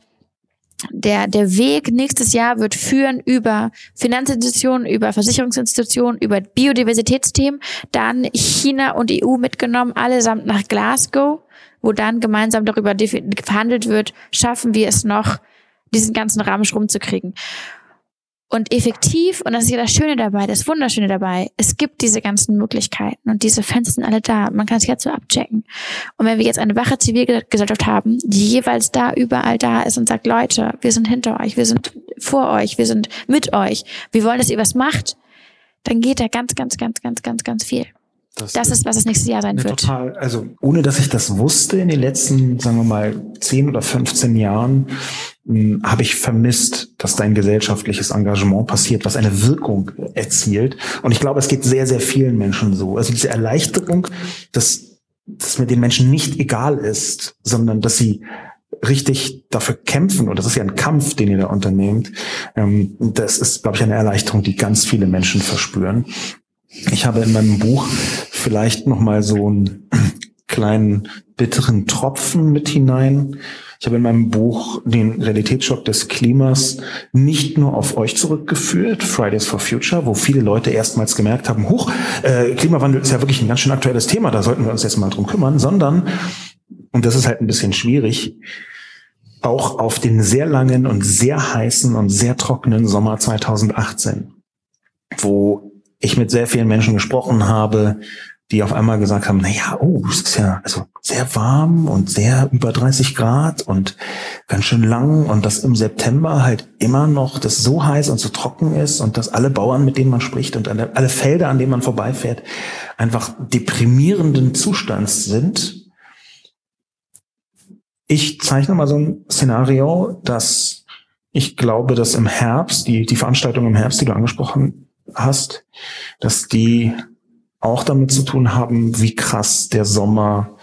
der Weg nächstes Jahr wird führen über Finanzinstitutionen, über Versicherungsinstitutionen, über Biodiversitätsthemen, dann China und EU mitgenommen, allesamt nach Glasgow, wo dann gemeinsam darüber verhandelt wird, schaffen wir es noch, diesen ganzen Ramsch rumzukriegen. und effektiv, und das ist ja das Schöne dabei, das Wunderschöne dabei, es gibt diese ganzen Möglichkeiten und diese Fenster sind alle da. Man kann es jetzt so abchecken. Und wenn wir jetzt eine wache Zivilgesellschaft haben, die jeweils da überall da ist und sagt, Leute, wir sind hinter euch, wir sind vor euch, wir sind mit euch, wir wollen, dass ihr was macht, dann geht da ganz, ganz, ganz, ganz, ganz, ganz viel. Das ist, was das nächste Jahr sein wird. Total, also ohne dass ich das wusste in den letzten, sagen wir mal, 10 oder 15 Jahren, habe ich vermisst, dass da ein gesellschaftliches Engagement passiert, was eine Wirkung erzielt. Und ich glaube, es geht sehr, sehr vielen Menschen so. Also diese Erleichterung, dass mir den Menschen nicht egal ist, sondern dass sie richtig dafür kämpfen, und das ist ja ein Kampf, den ihr da unternehmt, das ist, glaube ich, eine Erleichterung, die ganz viele Menschen verspüren. Ich habe in meinem Buch vielleicht noch mal so einen kleinen bitteren Tropfen mit hinein. Ich habe in meinem Buch den Realitätsschock des Klimas nicht nur auf euch zurückgeführt, Fridays for Future, wo viele Leute erstmals gemerkt haben, Klimawandel ist ja wirklich ein ganz schön aktuelles Thema, da sollten wir uns jetzt mal drum kümmern, sondern, und das ist halt ein bisschen schwierig, auch auf den sehr langen und sehr heißen und sehr trockenen Sommer 2018, wo ich mit sehr vielen Menschen gesprochen habe, die auf einmal gesagt haben, es ist ja also sehr warm und sehr über 30 Grad und ganz schön lang, und dass im September halt immer noch das so heiß und so trocken ist und dass alle Bauern, mit denen man spricht, und alle Felder, an denen man vorbeifährt, einfach deprimierenden Zustands sind. Ich zeichne mal so ein Szenario, dass ich glaube, dass im Herbst, die Veranstaltung im Herbst, die du angesprochen hast, dass die auch damit zu tun haben, wie krass der Sommer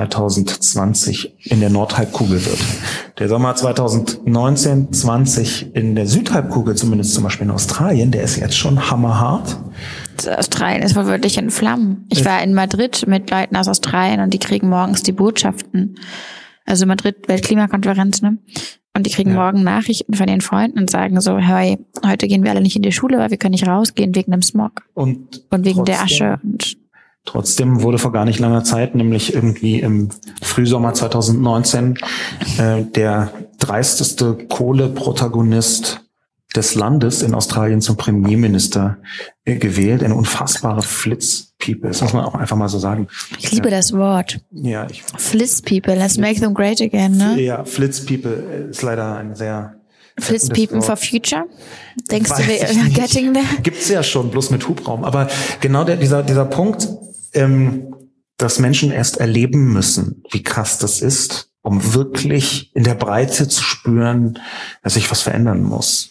2020 in der Nordhalbkugel wird. Der Sommer 2019, 20 in der Südhalbkugel, zumindest zum Beispiel in Australien, der ist jetzt schon hammerhart. Australien ist wohl wirklich in Flammen. Ich war in Madrid mit Leuten aus Australien und die kriegen morgens die Botschaften. Also Madrid, Weltklimakonferenz, ne? Und die kriegen morgen Nachrichten von den Freunden und sagen so, hey, heute gehen wir alle nicht in die Schule, weil wir können nicht rausgehen wegen dem Smog. Und wegen der Asche. Und trotzdem wurde vor gar nicht langer Zeit, nämlich irgendwie im Frühsommer 2019, der dreisteste Kohleprotagonist des Landes in Australien zum Premierminister gewählt. Eine unfassbare Flitzpiepe. Das muss man auch einfach mal so sagen. Ich liebe das Wort. Ja, Flitzpiepe, let's make them great again, ne? Ja, Flitzpiepe ist leider ein sehr... Flitzpiepen for Future? Denkst du, wir are getting there? Gibt's ja schon, bloß mit Hubraum. Aber genau dieser Punkt, dass Menschen erst erleben müssen, wie krass das ist, um wirklich in der Breite zu spüren, dass sich was verändern muss.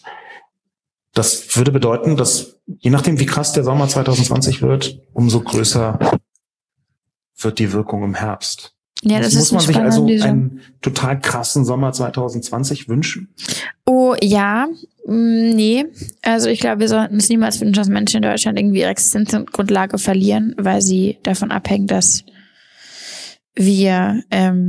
Das würde bedeuten, dass je nachdem, wie krass der Sommer 2020 wird, umso größer wird die Wirkung im Herbst. Ja, das muss ist man sich also Analyse. einen total krassen Sommer 2020 wünschen? Oh ja, nee. Also ich glaube, wir sollten es niemals wünschen, dass Menschen in Deutschland irgendwie ihre Existenzgrundlage verlieren, weil sie davon abhängen, dass wir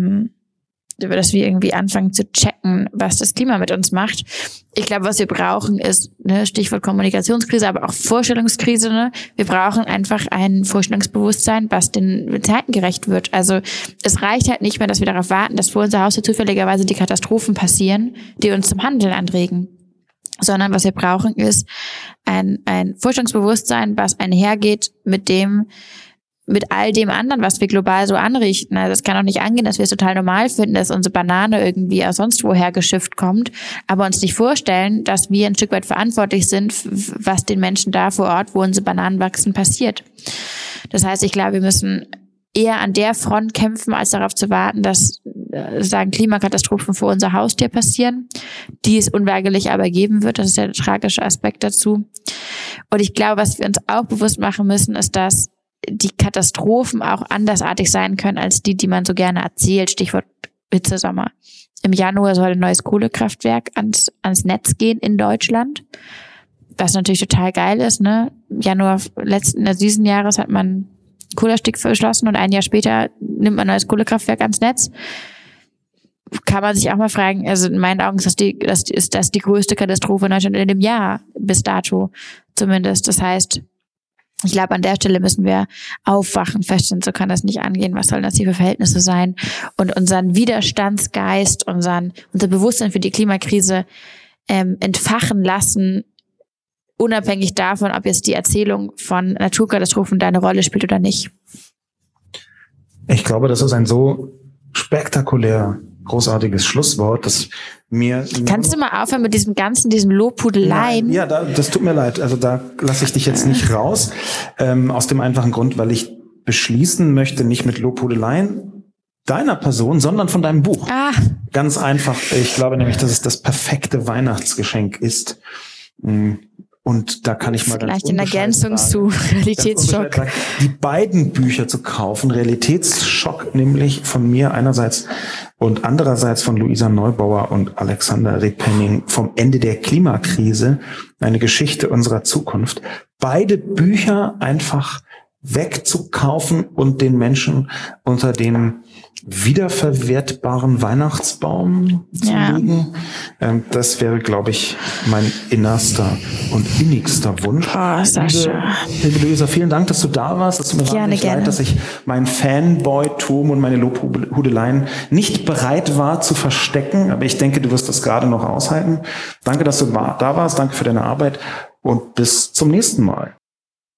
irgendwie anfangen zu checken, was das Klima mit uns macht. Ich glaube, was wir brauchen ist, Stichwort Kommunikationskrise, aber auch Vorstellungskrise. Ne? Wir brauchen einfach ein Vorstellungsbewusstsein, was den Zeiten gerecht wird. Also es reicht halt nicht mehr, dass wir darauf warten, dass vor unser Haus zufälligerweise die Katastrophen passieren, die uns zum Handeln anregen. Sondern was wir brauchen ist ein Vorstellungsbewusstsein, was einhergeht mit all dem anderen, was wir global so anrichten. Also es kann auch nicht angehen, dass wir es total normal finden, dass unsere Banane irgendwie aus sonst woher geschifft kommt, aber uns nicht vorstellen, dass wir ein Stück weit verantwortlich sind, was den Menschen da vor Ort, wo unsere Bananen wachsen, passiert. Das heißt, ich glaube, wir müssen eher an der Front kämpfen, als darauf zu warten, dass Klimakatastrophen vor unser Haustier passieren, die es unweigerlich aber geben wird. Das ist der tragische Aspekt dazu. Und ich glaube, was wir uns auch bewusst machen müssen, ist, dass die Katastrophen auch andersartig sein können als die man so gerne erzählt. Stichwort Hitzesommer. Im Januar soll ein neues Kohlekraftwerk ans Netz gehen in Deutschland, was natürlich total geil ist. Ne? Im Januar diesen Jahres hat man Kohleausstieg beschlossen und ein Jahr später nimmt man ein neues Kohlekraftwerk ans Netz. Kann man sich auch mal fragen, also in meinen Augen ist das die größte Katastrophe in Deutschland in dem Jahr, bis dato zumindest. Das heißt, ich glaube, an der Stelle müssen wir aufwachen, feststellen, so kann das nicht angehen, was sollen das hier für Verhältnisse sein, und unseren Widerstandsgeist, unser Bewusstsein für die Klimakrise entfachen lassen, unabhängig davon, ob jetzt die Erzählung von Naturkatastrophen da eine Rolle spielt oder nicht. Ich glaube, das ist ein so spektakulär großartiges Schlusswort, dass mir... Kannst du mal aufhören mit diesem Lobhudeleien? Ja, das tut mir leid. Also da lasse ich dich jetzt nicht raus. Aus dem einfachen Grund, weil ich beschließen möchte, nicht mit Lobhudeleien deiner Person, sondern von deinem Buch. Ganz einfach. Ich glaube nämlich, dass es das perfekte Weihnachtsgeschenk ist. Und da kann ich mal vielleicht in Ergänzung zu Realitätsschock. Die beiden Bücher zu kaufen, Realitätsschock nämlich von mir einerseits und andererseits von Luisa Neubauer und Alexander Repenning vom Ende der Klimakrise, eine Geschichte unserer Zukunft. Beide Bücher einfach wegzukaufen und den Menschen unter den wiederverwertbaren Weihnachtsbaum zu legen. Das wäre, glaube ich, mein innerster und innigster Wunsch. Liebe Luisa, vielen Dank, dass du da warst. Es tut mir wahnsinnig leid, dass ich mein Fanboy-Tum und meine Lobhudeleien nicht bereit war zu verstecken. Aber ich denke, du wirst das gerade noch aushalten. Danke, dass du da warst. Danke für deine Arbeit und bis zum nächsten Mal.